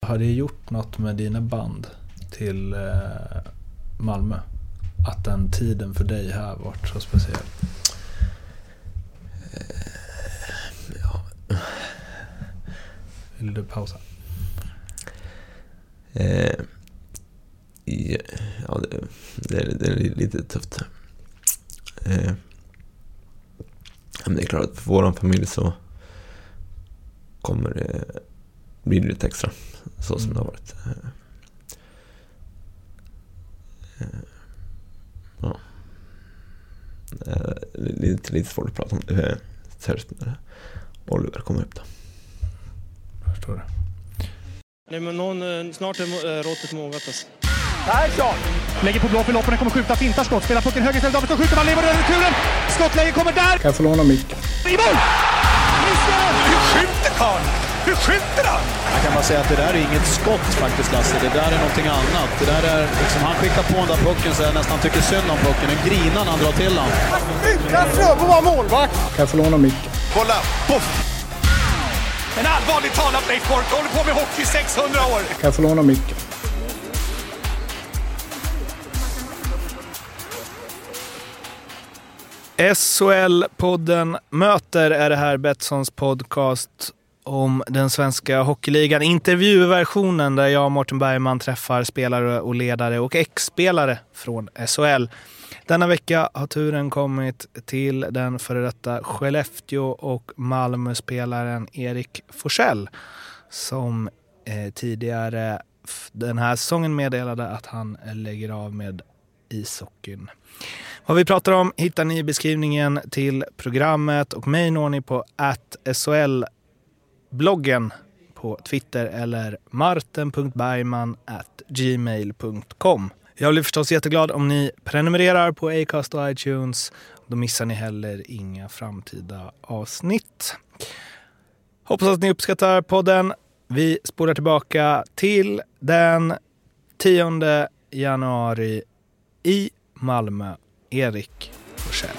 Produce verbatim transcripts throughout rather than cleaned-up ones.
har det gjort något med dina band till eh, Malmö? Att den tiden för dig här varit så speciell? Ja. Vill du pausa? Eh, ja, det, det, är, det är lite tufft. Eh, men det är klart att för vår familj så kommer det bli lite extra så som mm. det har varit. Eh, ja. Eh, lite, lite svårt att prata om det. Särskilt när Oliver kommer upp då. Förstår det. Nej, men någon, snart är råttet mogat alltså. Persson! Lägger på blå för loppen, kommer skjuta, fintar skott. Spelar pucken höger istället, Davidsson skjuter, man lever över returen. Skottläge kommer där! Kan jag få låna micken? I mål! Missar! Hur skjuter Karl? Hur skjuter han? Jag kan bara säga att det där är inget skott faktiskt, Lasse. Det där är någonting annat. Det där är liksom, han skickar på den där pucken så jag nästan tycker synd om pucken. En grinan han drar till han. Utan Fröbo var målvakt! Kan jag få låna micken? Kolla! Poff! En allvarlig talat Leif Boork håller på med hockey i sexhundra år. Kan jag få låna micken? S H L-podden Möter är det här, Betssons podcast om den svenska hockeyligan. Intervjuversionen där jag och Mårten Bergman träffar spelare och ledare och ex-spelare från S H L. Denna vecka har turen kommit till den före detta Skellefteå och Malmö-spelaren Erik Forsell som eh, tidigare f- den här säsongen meddelade att han lägger av med ishockeyn. Vad vi pratar om hittar ni i beskrivningen till programmet och mig når ni på at S H L-bloggen på Twitter eller marten punkt bergman at gmail punkt com. Jag blir förstås jätteglad om ni prenumererar på Acast och iTunes. Då missar ni heller inga framtida avsnitt. Hoppas att ni uppskattar podden. Vi spolar tillbaka till den tionde januari i Malmö. Erik Forsell.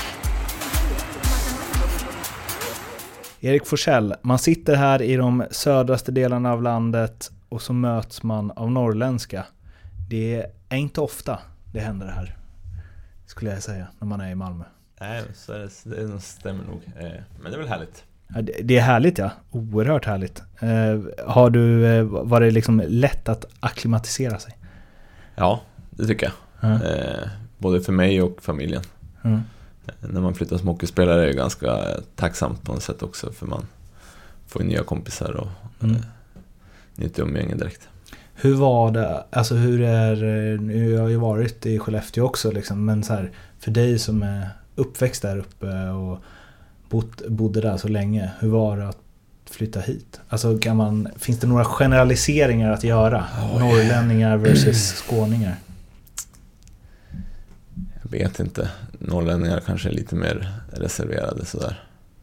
Erik Forsell, man sitter här i de södraste delarna av landet och så möts man av norrländska. Det är inte ofta det händer här, skulle jag säga, när man är i Malmö. Nej, så är det, det stämmer nog. Men det är väl härligt. Ja, det är härligt, ja. Oerhört härligt. Har du, var det liksom lätt att akklimatisera sig? Ja, det tycker jag. Mm. Eh, både för mig och familjen. Mm. När man flyttar som hockeyspelare är det ganska tacksamt på något sätt också, för man får nya kompisar och mm. eh, nytt umgänge direkt. Hur var det, alltså hur är, nu har jag ju varit i Skellefteå också liksom, men så här, för dig som är uppväxt där uppe och bott, bodde där så länge, hur var det att flytta hit? Alltså kan man, finns det några generaliseringar att göra? Oh, norrlänningar versus skåningar? Jag vet inte. Norrlänningar kanske är lite mer reserverade sådär.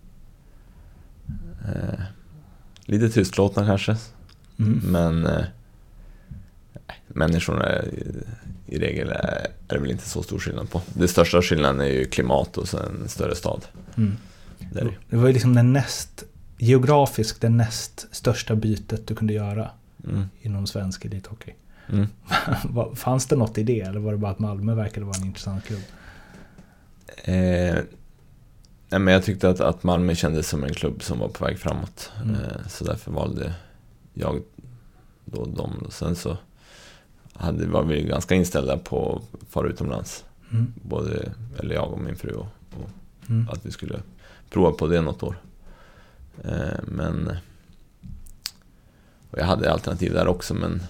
Eh, lite tystlåtna kanske. Mm. Men eh, människorna är, i regel är, är det väl inte så stor skillnad på. Det största skillnaden är ju klimat och sen en större stad. Mm. Det, det var ju liksom den näst, geografiskt det näst största bytet du kunde göra mm. inom svensk elithockey. Mm. Fanns det något i det, eller var det bara att Malmö verkade vara en intressant klubb? Eh, nej, men jag tyckte att, att Malmö kändes som en klubb som var på väg framåt. Mm. Eh, så därför valde jag då dem. Och sen så hade, var vi ganska inställda på att fara utomlands. Mm. Både eller jag och min fru. Och, och mm. att vi skulle prova på det något år. Eh, men och jag hade alternativ där också, men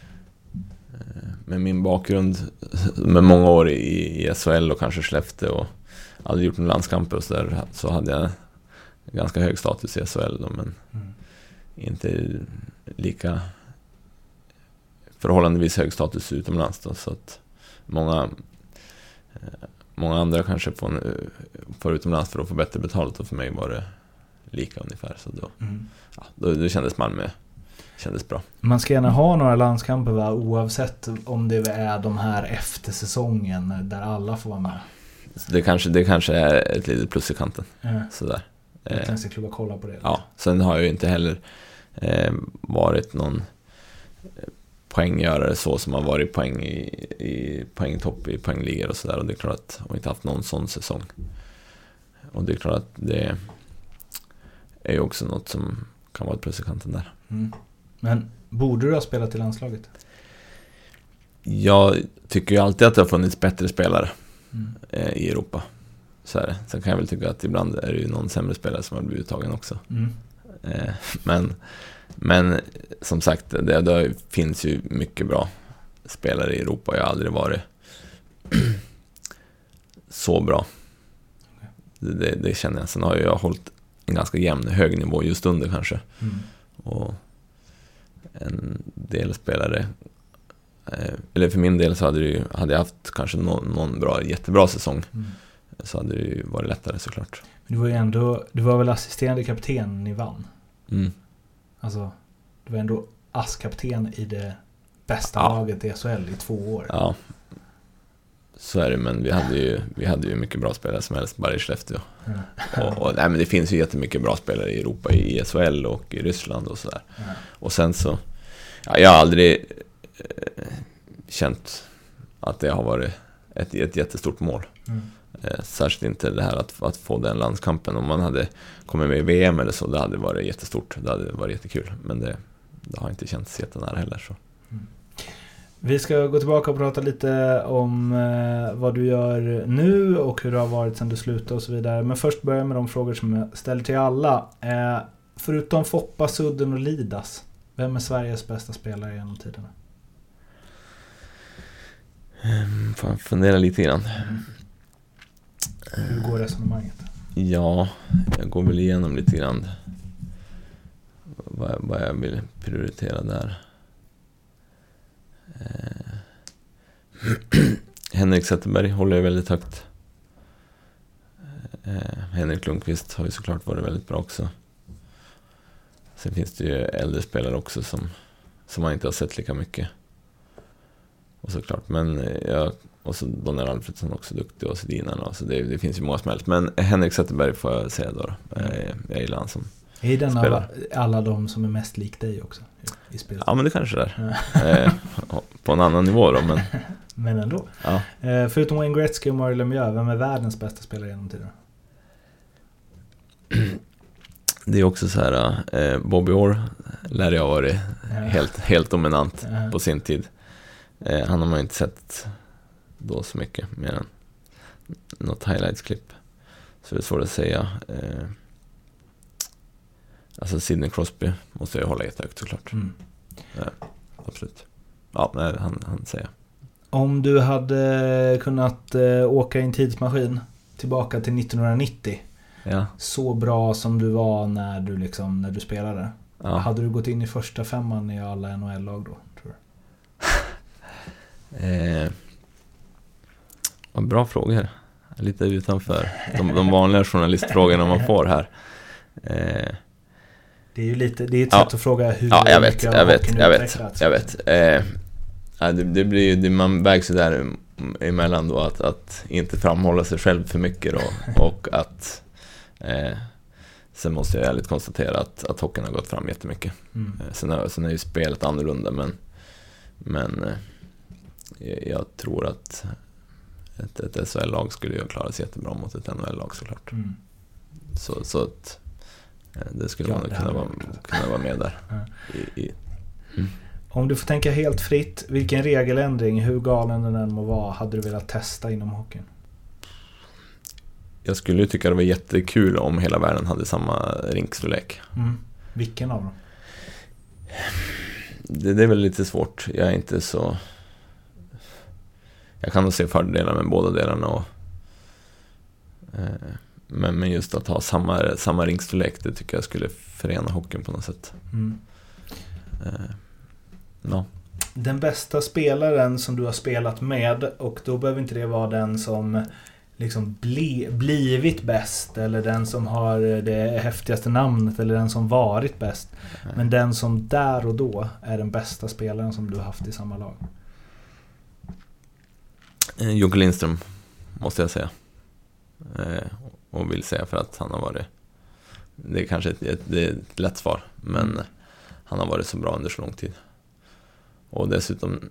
med min bakgrund med många år i, i S H L och kanske Skellefteå och aldrig gjort en landskamp och så där, så hade jag ganska hög status i S H L då, men mm. inte lika förhållandevis hög status utomlands då, så att många många andra kanske får, får utomlands för att få bättre betalt, och för mig var det lika ungefär, så då, mm. ja, då, då kändes Malmö kändes bra. Man ska gärna ha några landskamper, va? Oavsett om det är de här efter säsongen där alla får vara med. Det kanske, det kanske är ett litet plus i kanten. Mm. Sådär. Jag kanske klubba kolla på det. Ja, sen har jag ju inte heller eh, varit någon poänggörare så som har varit poäng i, i poängtopp i poängligor och sådär, och det är klart att hon inte haft någon sån säsong, och det är klart att det är ju också något som kan vara ett plus i kanten där. Mm. Men borde du ha spelat i landslaget? Jag tycker ju alltid att det har funnits bättre spelare mm. eh, i Europa. Så är det. Sen kan jag väl tycka att ibland är det ju någon sämre spelare som har blivit uttagen också. Mm. Eh, men, men som sagt, det, det finns ju mycket bra spelare i Europa. Jag har aldrig varit så bra. Okay. Det, det, det känner jag. Sen har jag hållit en ganska jämn hög nivå just under kanske. Mm. Och en del spelare, eller för min del så hade, det ju, hade jag haft kanske någon, någon bra, jättebra säsong, mm. så hade det ju varit lättare såklart. Men du var ju ändå, du var väl assisterande kapten i vann? Mm. Alltså, du var ändå asskapten i det bästa ja. laget i S H L i två år. Ja, så är det, men vi hade ju, vi hade ju mycket bra spelare som helst bara i Skellefteå. Mm. och, och, nej, men det finns ju jättemycket bra spelare i Europa, i S H L och i Ryssland och sådär. Mm. Och sen så, ja, jag har aldrig eh, känt att det har varit ett, ett jättestort mål. Mm. Eh, särskilt inte det här att, att få den landskampen. Om man hade kommit med i V M eller så, det hade varit jättestort. Det hade varit jättekul. Men det, det har inte känts jättenära heller. Så. Mm. Vi ska gå tillbaka och prata lite om eh, vad du gör nu och hur det har varit sedan du slutade och så vidare. Men först börjar med de frågor som jag ställer till alla. Eh, förutom Foppa, Sudden och Lidas, vem är Sveriges bästa spelare genom tiderna? Um, får jag fundera lite grann. Mm. Hur går resonemanget? Ja, jag går väl igenom lite grann vad, vad jag vill prioritera där. Eh. Henrik Zetterberg håller jag väldigt högt. Eh. Henrik Lundqvist har ju såklart varit väldigt bra också. Sen finns det ju äldre spelare också som, som man inte har sett lika mycket. Och såklart, men jag, och så Daniel Alfredsson också duktig, och Sedinarna, alltså det, det finns ju många som helst. Men Henrik Zetterberg får jag säga då, jag, jag gillar han som är den alla, alla de som är mest lik dig också i spelet? Ja, men det kanske är eh, på en annan nivå då, men men ändå. Ja. Eh, förutom Wayne Gretzky och Mario Lemieux, vem är världens bästa spelare genom tiden? Det är också så här, eh, Bobby Orr lär jag ha varit ja. helt, helt dominant ja. på sin tid. Eh, han har man inte sett då så mycket, mer än något highlights-klipp. Så det är svårt att säga. Eh, alltså Sidney Crosby måste jag hålla jättehögt såklart. Mm. Ja, absolut. Ja, nej, han, han säger. Om du hade kunnat eh, åka i en tidsmaskin tillbaka till nittonhundranittio, ja. så bra som du var när du, liksom, när du spelade, ja. hade du gått in i första femman i alla N H L-lag då, tror du? Eh, vad bra frågor. Lite utanför de, de vanliga journalistfrågorna man får här. Eh, det är ju lite, det är ett ja, sätt att fråga hur ja, jag vet, jag vet, jag vet, jag vet. Eh, det, det blir ju, det, man vägs ju där emellan då att, att inte framhålla sig själv för mycket då, och att eh, sen måste jag ärligt konstatera att, att hockeyn har gått fram jättemycket. Mm. Eh, sen, är, sen är ju spelet annorlunda, men men eh, jag tror att ett, ett S H L-lag skulle ju klara sig jättebra mot ett N H L-lag såklart. Mm. Så, så att det skulle ja, man kunna vara, kunna vara med där. Ja. I, i. Mm. Om du får tänka helt fritt, vilken regeländring, hur galen den än må vara, hade du velat testa inom hockeyn? Jag skulle tycka det var jättekul om hela världen hade samma rinkstorlek. Mm. Vilken av dem? Det, det är väl lite svårt. Jag är inte så... Jag kan nog se fördelar med båda delarna. Och, eh, men, men just att ha samma, samma ringstorlek, det tycker jag skulle förena hockeyn på något sätt. Mm. Eh, no. Den bästa spelaren som du har spelat med, och då behöver inte det vara den som liksom bli, blivit bäst, eller den som har det häftigaste namnet, eller den som varit bäst. Mm. Men den som där och då är den bästa spelaren som du har haft i samma lag. Jocke Lindström måste jag säga, eh, och vill säga för att han har varit, det är kanske ett, ett, det är ett lätt svar, men han har varit så bra under så lång tid, och dessutom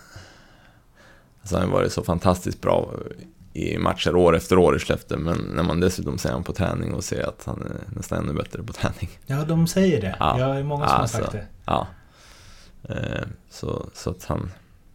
alltså han har varit så fantastiskt bra i matcher år efter år i Skellefteå, men när man dessutom ser han på träning och ser att han är nästan ännu bättre på träning. Ja, de säger det. Ja. Jag är många som alltså, har sagt det. Ja. Eh, så, så att han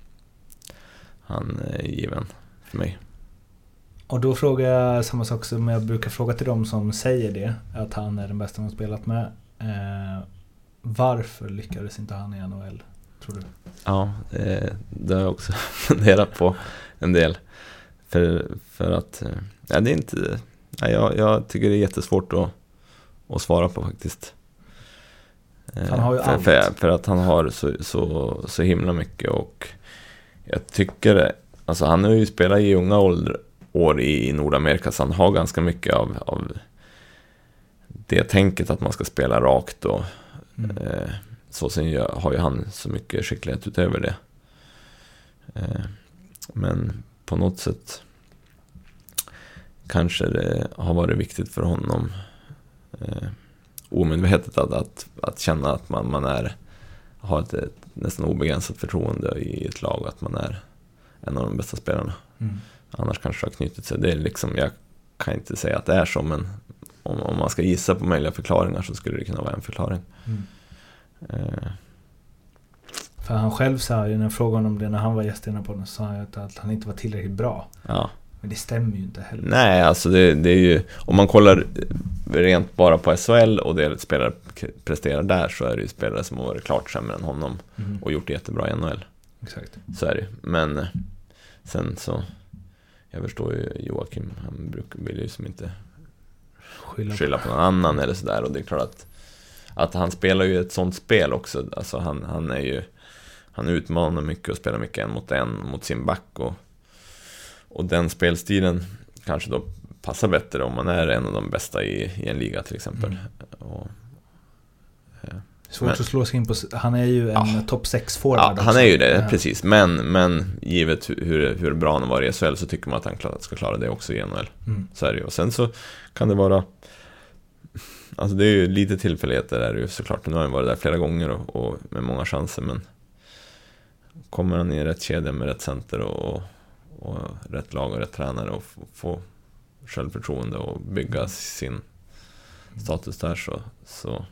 han är given för mig. Och då frågar jag samma sak som jag brukar fråga till dem som säger det, att han är den bästa man spelat med. Eh, varför lyckades inte han i N H L, tror du? Ja, eh, det har jag också funderat på en del. För, för att ja, det är inte, ja, jag, jag tycker det är jättesvårt att, att svara på faktiskt. Han har ju för, allt. För, för att han har så, så, så himla mycket, och jag tycker, alltså han har ju spelat i unga ålder, år i Nordamerika, så han har ganska mycket av, av det tänket att man ska spela rakt, och mm. eh, så sen har ju han så mycket skicklighet utöver det. Eh, men på något sätt kanske det har varit viktigt för honom eh, omedvetet att, att, att känna att man, man är, har ett, ett nästan obegränsat förtroende i ett lag, att man är en av de bästa spelarna. Mm. Annars kanske det har knutit sig. Det är liksom, jag kan inte säga att det är så, men om, om man ska gissa på möjliga förklaringar så skulle det kunna vara en förklaring. Mm. Eh. För han själv sa ju när frågan om det när han var gäst i den här podden, så sa han att, att han inte var tillräckligt bra. Ja. Men det stämmer ju inte heller. Nej, alltså det, det är ju, om man kollar rent bara på S H L och det spelare presterar där, så är det ju spelare som har varit klart sämre än honom mm. och gjort det jättebra i N H L. Exakt. Så är det. Men sen så, jag förstår ju Joakim, han brukar, vill ju som inte skylla, skylla på någon annan eller sådär, och det är klart att att han spelar ju ett sånt spel också. Alltså han, han är ju, han utmanar mycket och spelar mycket en mot en mot sin back, och, och den spelstilen kanske då passar bättre om man är en av de bästa i, i en liga till exempel. Mm. Och, eh, svårt men, att slå sig in på. Han är ju en ja, topp sex forward. Ja, han är ju det, ja. Precis. Men, men givet hur, hur bra han var i S H L, så tycker man att han ska klara det också i N H L. Mm. Så är det ju. Och sen så kan det vara, alltså det är ju lite tillfälligheter där ju såklart. Nu har han varit där flera gånger och, och med många chanser, men kommer han i rätt kedja med rätt center och, och rätt lag och rätt tränare och få, få självförtroende och bygga sin status där, så, så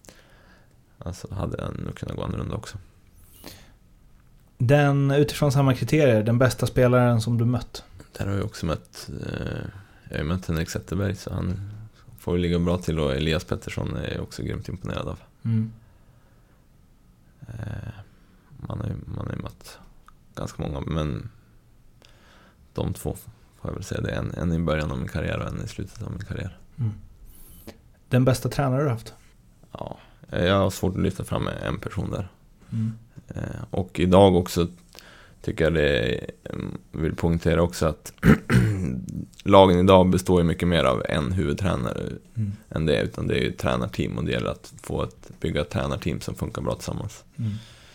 alltså hade han nog kunnat gå annorlunda också. Den, utifrån samma kriterier, den bästa spelaren som du mött? Där har jag också mött eh, jag har mött Henrik Zetterberg, så han får ju ligga bra till, och Elias Pettersson är också grymt imponerad av. Mm. Eh, man har ju man har ju mött ganska många, men de två får jag väl säga det, en, en i början av min karriär och en i slutet av min karriär. Mm. Den bästa tränare du haft? Ja, jag har svårt att lyfta fram en person där. Mm. Eh, och idag också tycker jag det är, vill poängtera också att lagen idag består ju mycket mer av en huvudtränare mm. än det, utan det är ju ett tränarteam, och det gäller att få ett, bygga ett tränarteam som funkar bra tillsammans. Mm.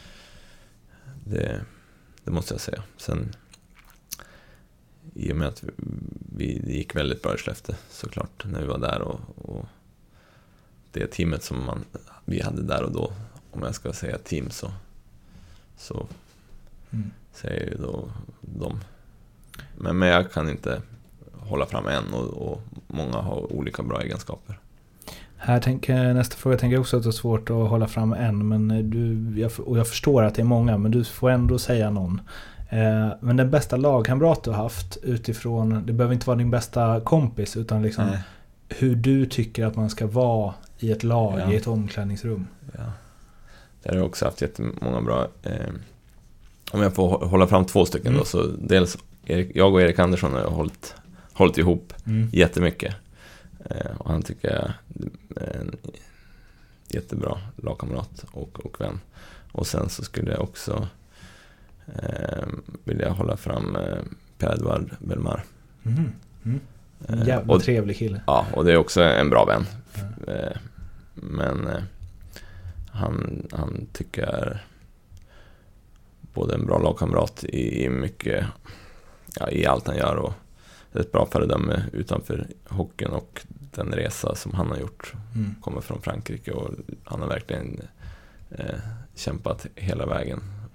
Det, det måste jag säga. Sen i och med att vi, vi det gick väldigt bra i Skellefteå såklart när vi var där, och, och det teamet som man, vi hade där och då, om jag ska säga team, så så mm. säger ju då de. Men, men jag kan inte hålla fram en, och, och många har olika bra egenskaper. Här tänker, nästa fråga tänker jag också att det är svårt att hålla fram en, men du, jag, och jag förstår att det är många, men du får ändå säga någon. Eh, men den bästa lagkamrat du har haft utifrån, det behöver inte vara din bästa kompis, utan liksom Nej. hur du tycker att man ska vara i ett lag, ja. i ett omklädningsrum. Ja. Där har jag också haft jättemånga bra. Eh, om jag får hålla fram två stycken mm. då, så dels Erik, jag och Erik Andersson har hållit, hållit ihop mm. jättemycket. Eh, och han tycker jag är en jättebra lagkamrat och, och vän. Och sen så skulle jag också eh, vilja hålla fram eh, Pierre-Edouard Bellemare. Mm. Mm. Jävla och, trevlig kille. Ja, och det är också en bra vän. Mm. Eh, men eh, han, han tycker jag är både en bra lagkamrat i, i mycket, ja, i allt han gör, och ett bra föredöme utanför hockeyn, och den resa som han har gjort mm. kommer från Frankrike, och han har verkligen eh, kämpat hela vägen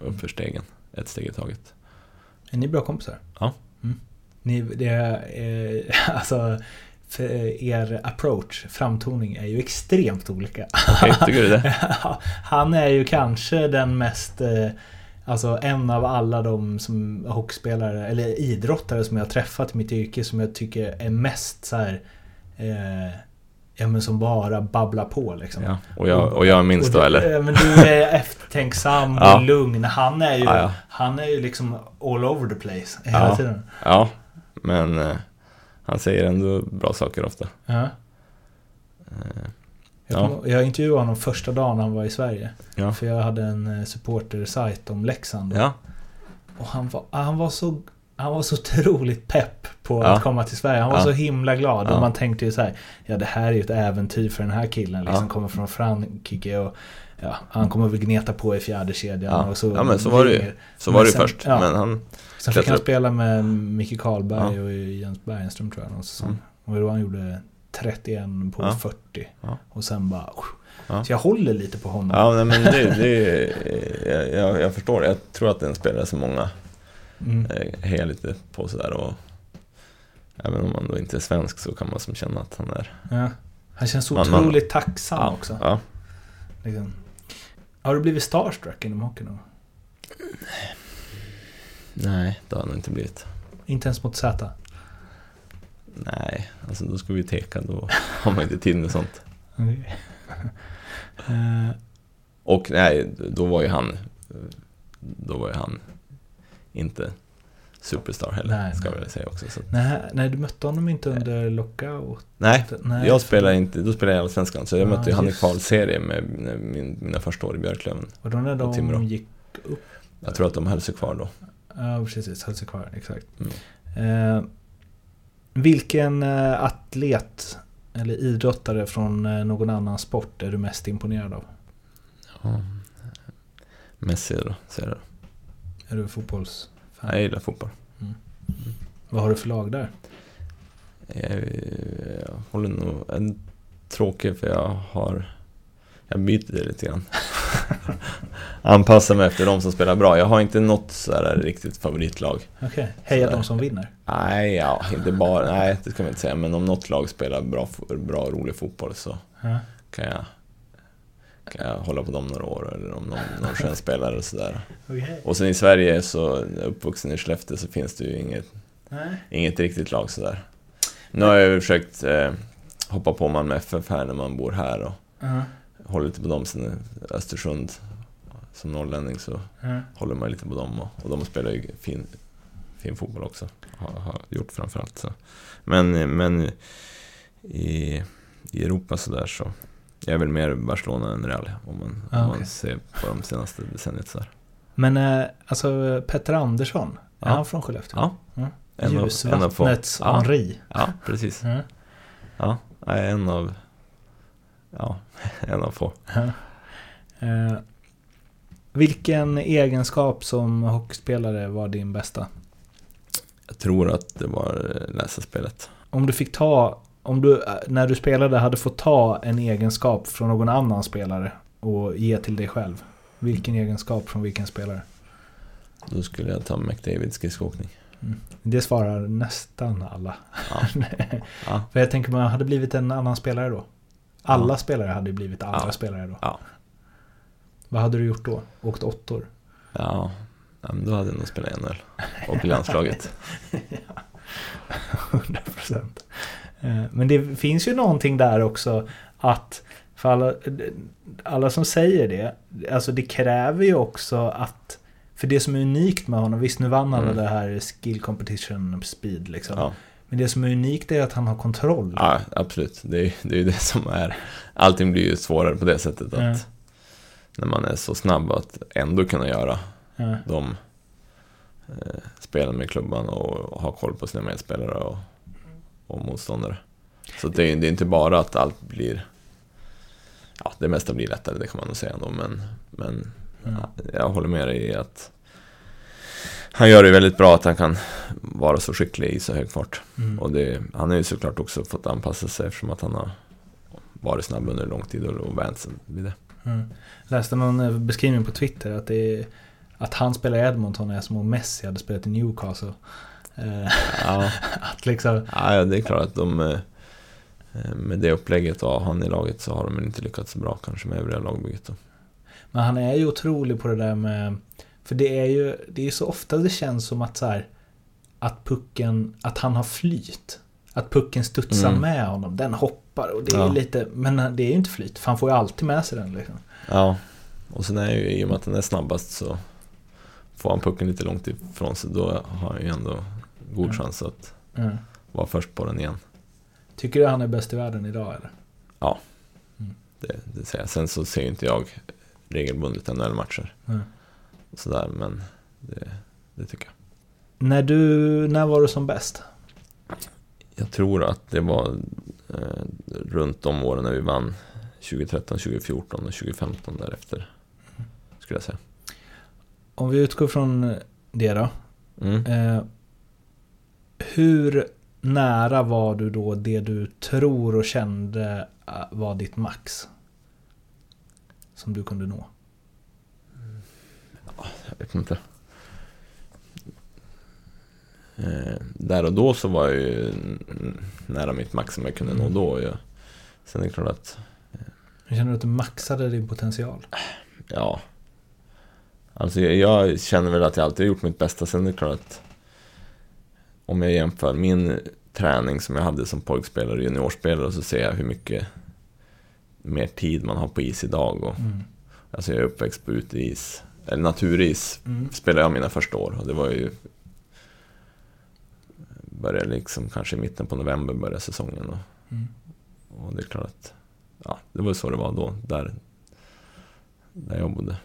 upp för stegen, ett steg i taget. Är ni bra kompisar? Ja. Mm. Ni, det är, eh, alltså, för er approach, framtoning är ju extremt olika. Okej, tycker du det? Han är ju kanske den mest, eh, alltså en av alla de som hockeyspelare eller idrottare som jag har träffat i mitt yrke som jag tycker är mest så här, eh, ja men som bara babblar på liksom. Ja, och jag, och jag minns då, det, eller? Men du är eftertänksam och ja. lugn. Han är ju, ja, ja. han är ju liksom all over the place hela ja. tiden. Ja, men eh, han säger ändå bra saker ofta. Ja. Eh, Jag, ja. kom, jag intervjuade honom första dagen han var i Sverige. Ja. För jag hade en supporter-sajt om Leksand. Ja. Och han var, han var så han var så otroligt pepp på ja. att komma till Sverige. Han var ja. så himla glad. Ja. Och man tänkte ju så här, ja det här är ju ett äventyr för den här killen. Liksom ja. kommer från Frankrike och ja, han kommer väl gneta på i fjärde kedjan. Ja, och så, ja men så var det ju. Så var det ju först. Ja. Men han sen fick han spela med Micke Karlberg ja. och Jens Bergenström tror jag. Och, mm. och då han gjorde trettioen på ja. fyrtio. Ja. Och sen bara... Ja. Så jag håller lite på honom. Ja, nej, men det, det jag, jag, jag förstår det. Jag tror att det är en spelare som många mm. eh, hejar lite på sådär. Och även om man då inte är svensk så kan man som känna att han är... Ja. Han känns så man, otroligt man, tacksam ja, också. Ja. Liksom. Har du blivit starstruck inom hockey nu? Nej, det har han inte blivit. Inte ens mot Z? Nej, alltså då ska vi teka. Då har man inte tid med sånt. Okay. uh, och nej, då var ju han då var ju han inte superstar heller, nej, ska jag väl säga också. Så att, nej, nej, du mötte honom inte under lockout? Nej, nej jag spelade för... inte, då spelade jag i Allsvenskan, så jag ja, mötte ju han i kvalserie med min, mina första år i Björklöven. Och då när de Timrå. gick upp? Jag tror att de höll sig kvar då. Ja, precis, höll sig kvar, exakt. Mm. Uh, vilken uh, atlet eller idrottare från uh, någon annan sport är du mest imponerad av? Ja, Messi då, säger du. Är du fotbollsfan? Jag gillar fotboll. Mm. Mm. Vad har du för lag där? Jag, jag håller nog en tråkig för jag har jag byter det lite grann. Anpassar mig efter de som spelar bra. Jag har inte något så här riktigt favoritlag. Okej, okay. Heja de som vinner? Nej, ja, inte bara, nej, det ska man inte säga. Men om något lag spelar bra, bra rolig fotboll så ja. kan jag kan jag hålla på dem några år, eller om någon, någon skön spelare och sådär. Okay. Och sen i Sverige, så uppvuxen i Skellefteå, så finns det ju inget, inget riktigt lag sådär. Nu har jag ju försökt eh, hoppa på man med F F här när man bor här och uh-huh. håller lite på dem. Sen Östersund som norrlänning så uh-huh. håller man lite på dem, och, och de spelar ju fin, fin fotboll också, har, har gjort framförallt så. Men, men i, i Europa så där så jag är väl mer Barcelona än Real om man, ah, om okay. man ser på de senaste decenniet så här. Men eh, alltså Petter Andersson, är ja. han från Skellefteå? Ja. ja. Ljusvattnets ja. Henri. Ja, precis. Mm. Ja, en av ja, en av få. Ja. Eh, vilken egenskap som hockeyspelare var din bästa? Jag tror att det var läsa spelet. Om du fick ta Om du, när du spelade, hade fått ta en egenskap från någon annan spelare och ge till dig själv, vilken egenskap från vilken spelare? Då skulle jag ta McDavids skridskoåkning. Mm. Det svarar nästan alla. Ja. Ja. För jag tänker, man hade blivit en annan spelare då. Alla ja. spelare hade blivit andra ja. spelare då. Ja. Vad hade du gjort då? Åkt åttor? Ja, men då hade jag nog spelat N H L och i landslaget. Ja. hundra procent. Men det finns ju någonting där också, att för alla, alla som säger det, alltså det kräver ju också att, för det som är unikt med honom, visst nu vann han mm. det här skill competition speed liksom, ja. men det som är unikt är att han har kontroll. Ja, absolut. Det är, det är ju det som är, allting blir ju svårare på det sättet, att ja. när man är så snabb att ändå kunna göra ja. de eh, spela med klubban och ha koll på sina medspelare och och motståndare. Så det är, det är inte bara att allt blir, ja, det mesta blir lättare, det kan man nog säga då, men, men mm. ja, jag håller med dig i att han gör det väldigt bra att han kan vara så skicklig i så hög fart. Mm. Och det, han har ju såklart också fått anpassa sig eftersom att han har varit snabb under lång tid och vant sig vid det. Mm. Läste någon beskrivning på Twitter att det är, att han spelar i Edmonton är som om Messi hade spelat i Newcastle. Ja. Att liksom... ja, det är klart att de med det upplägget och han i laget så har de inte lyckats så bra kanske med övriga lagbygget då. Men han är ju otrolig på det där med, för det är ju det är så ofta det känns som att så här, att pucken, att han har flyt, att pucken studsar mm. med honom, den hoppar och det är ja. lite, men det är ju inte flyt, för han får ju alltid med sig den liksom. Ja, och sen är ju i och med att den är snabbast så får han pucken lite långt ifrån sig, då har han ju ändå god mm. chans att mm. vara först på den igen. Tycker du han är bäst i världen idag eller? Ja, mm. det, det säger jag. Sen så ser inte jag regelbundet N H L-matcher mm. och sådär, men det, det tycker jag. När du, när var du som bäst? Jag tror att det var eh, runt de åren när vi vann tjugo tretton, tjugo fjorton och tjugo femton därefter, skulle jag säga. Om vi utgår från det då. Mm. Eh, hur nära var du då det du tror och kände var ditt max? Som du kunde nå? Ja, jag vet inte. Eh, där och då så var jag ju nära mitt max som jag kunde nå då. Jag, sen är det klart att... Eh, känner du att du maxade din potential? Ja. Alltså jag, jag känner väl att jag alltid har gjort mitt bästa. Sen är det klart att om jag jämför min träning som jag hade som pojkspelare och juniorspelare, så ser jag hur mycket mer tid man har på is idag. Och, mm. alltså jag är uppväxt på uteis, eller naturis mm. spelade jag mina första år, och det var ju började liksom kanske i mitten på november började säsongen och, mm. och det är klart att ja, det var så det var då där, där jag bodde.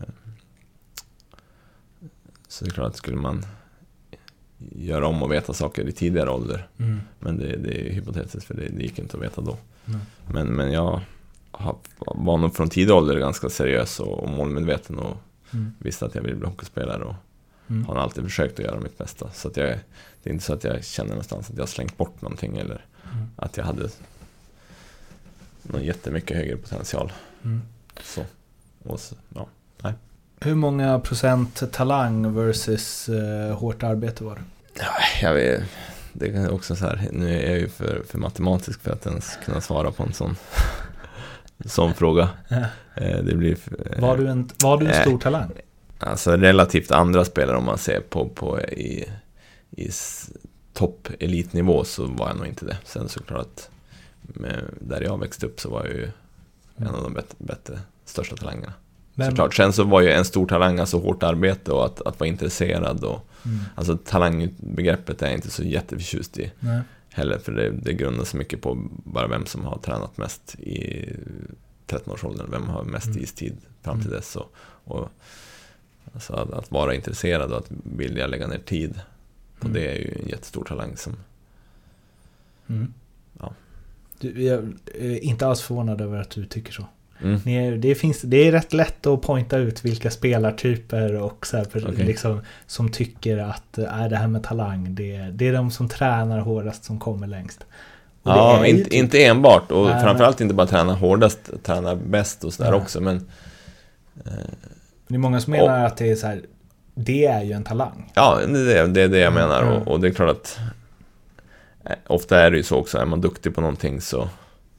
Så det är klart att skulle man göra om och veta saker i tidigare ålder, mm. men det, det är hypotetiskt, för det, det gick inte att veta då. Mm. Men, men jag har, var nog från tidig ålder ganska seriös och, och målmedveten och mm. visste att jag ville bli hockeyspelare och mm. har alltid försökt att göra mitt bästa. Så att jag, det är inte så att jag känner någonstans att jag har slängt bort någonting eller mm. att jag hade någon jättemycket högre potential. Mm. Så. Och så, ja, nej. Hur många procent talang versus uh, hårt arbete var det? Ja, jag vet, det är också så här, nu är jag ju för, för matematisk för att ens kunna svara på en sån, sån fråga. eh, det blir för, var du en, var du en stor eh, talang? Alltså relativt andra spelare, om man ser på, på i, i topp elitnivå, så var jag nog inte det. Sen såklart att med, där jag växte upp så var jag ju en av de bättre, bättre största talangerna. Men, såklart. Sen så var ju en stor talang alltså hårt arbete och att, att vara intresserad och, mm. alltså talangbegreppet är jag inte så jätteförtjust i. Nej. Heller, för det, det grundar så mycket på bara vem som har tränat mest i tretton-årsåldern, vem har mest mm. istid fram till dess och, och alltså att, att vara intresserad och att vilja lägga ner tid på mm. det är ju en jättestor talang som mm. ja. Du, jag är inte alls förvånad över att du tycker så. Mm. Är, det, finns, det är rätt lätt att pointa ut vilka spelartyper och så här, för, okay. liksom, som tycker att är det här med talang, det, det är de som tränar hårdast som kommer längst. Och ja, det är inte, typ, inte enbart och nej, framförallt inte bara träna hårdast, träna bäst och sådär också, men eh, det är många som menar och, att det är så här, det är ju en talang. Ja, det är det, är det jag menar mm. och, och det är klart att eh, ofta är det ju så också, är man duktig på någonting så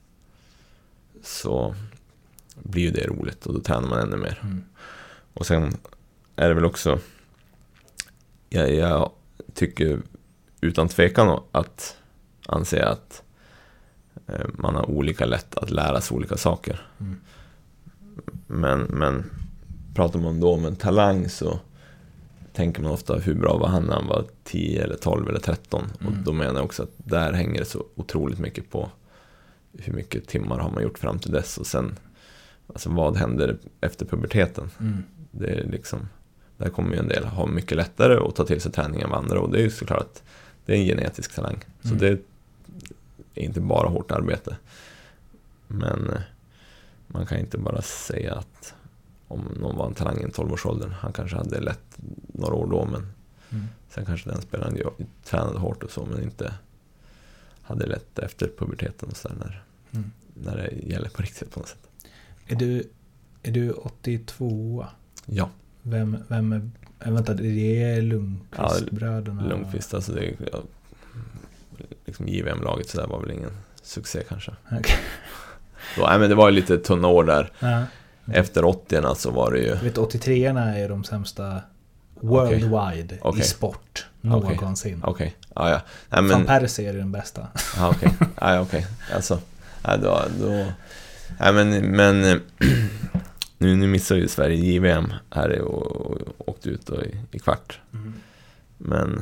så blir ju det roligt och då tränar man ännu mer. Mm. Och sen är det väl också jag, jag tycker utan tvekan att anse att eh, man har olika lätt att lära sig olika saker. Mm. Men, men pratar man då om en talang så tänker man ofta hur bra var han när han var tio eller tolv eller tretton. Mm. Och då menar jag också att där hänger det så otroligt mycket på hur mycket timmar har man gjort fram till dess och sen alltså vad händer efter puberteten. Mm. Det är liksom, där kommer ju en del ha mycket lättare att ta till sig träning än andra och det är ju såklart att det är en genetisk talang. Så mm. det är inte bara hårt arbete. Men man kan inte bara säga att om någon var en talang i tolv-årsåldern, han kanske hade lätt några år då, men mm. sen kanske den spelaren tränade hårt och så, men inte hade lätt efter puberteten och så där, när, mm. när det gäller på riktigt på något sätt. Är du, är du åttiotvå? Ja. Vem, vem är... Äh, vänta, det är Lundqvist-bröderna. Ja, Lundqvist, alltså det är... Ja, liksom J V M-laget så där var väl ingen succé kanske. Okay. Då, nej, men det var ju lite tunna år där. Ja. Efter åttioorna så var det ju... Jag vet, åttiotre-orna är de sämsta worldwide okay. Okay. i sport någonsin. Okej, okay. okay. ah, ja. Nej, men... Van Persie är den bästa. ah, okej, okay. ah, okej. Okay. Alltså, nej, då... då... Nej, men... men nu, nu missar ju Sverige J V M här och, och åkte ut då i, i kvart. Mm. Men...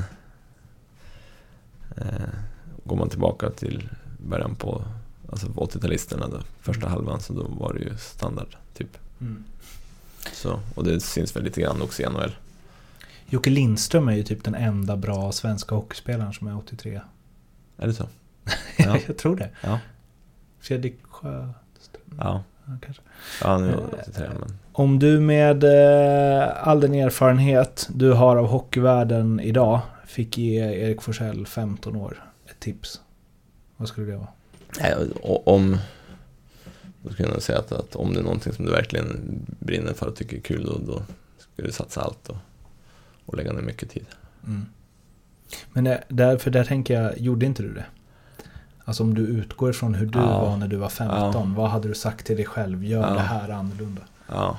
Eh, går man tillbaka till början på alltså åttio-talisterna då, första halvan, så då var det ju standard typ. Mm. Så, och det syns väl lite grann också i N H L. Jocke Lindström är ju typ den enda bra svenska hockeyspelaren som är åttiotre. Är det så? Ja. Jag tror det. Ja. Fredrik Sjöström. Ja. Ja, kanske. Ja, nu är det åttiotre, men... Om du med eh, all den erfarenhet du har av hockeyvärlden idag fick ge Erik Forsell femton år ett tips, vad skulle det vara? Nej, om då skulle jag säga att, att om det är någonting som du verkligen brinner för och tycker är kul, då, då skulle du satsa allt och, och lägga ner mycket tid. Mm. Men det, därför där tänker jag, gjorde inte du det? Alltså om du utgår från hur du ja. var när du var femton, ja. vad hade du sagt till dig själv? Gör ja. det här annorlunda. Ja.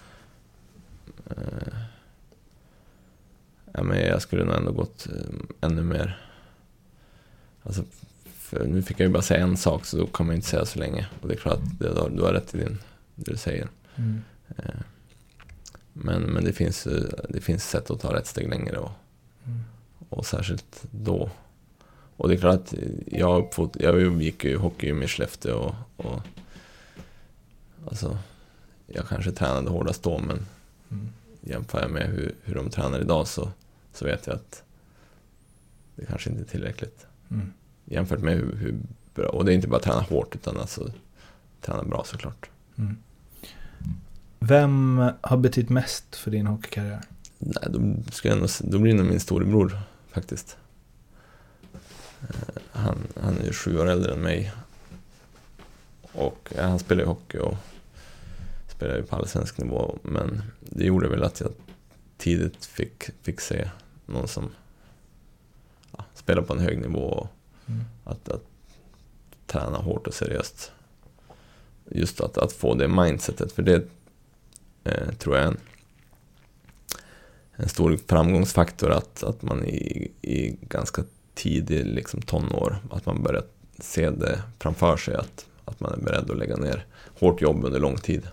Uh, ja, men jag skulle nog ändå gått um, ännu mer. Alltså, för nu fick jag ju bara säga en sak, så då kan man inte säga så länge. Och det är klart att det, du har rätt i din, det du säger. Mm. Uh, men, men det finns det finns sätt att ta rätt steg längre och, mm. och särskilt då. Och det är klart att jag, jag gick ju hockey i Skellefteå och, och alltså, jag kanske tränade hårdast då, men mm. jämför jag med hur, hur de tränar idag, så, så vet jag att det kanske inte är tillräckligt. Mm. Jämfört med hur, hur bra, och det är inte bara träna hårt utan alltså träna bra såklart. Mm. Vem har betytt mest för din hockeykarriär? Nej, då, ska jag nog, då blir det nog min storebror faktiskt. Han, han är ju sju år äldre än mig. Och ja, han spelar ju hockey och spelar ju på allsvensk nivå. Men det gjorde väl att jag tidigt fick, fick se någon som ja, spelar på en hög nivå. Och mm. att, att träna hårt och seriöst. Just att, att få det mindsetet. För det eh, tror jag är en, en stor framgångsfaktor. Att, att man i, i ganska tidig liksom tonår, att man börjar se det framför sig, att, att man är beredd att lägga ner hårt jobb under lång tid.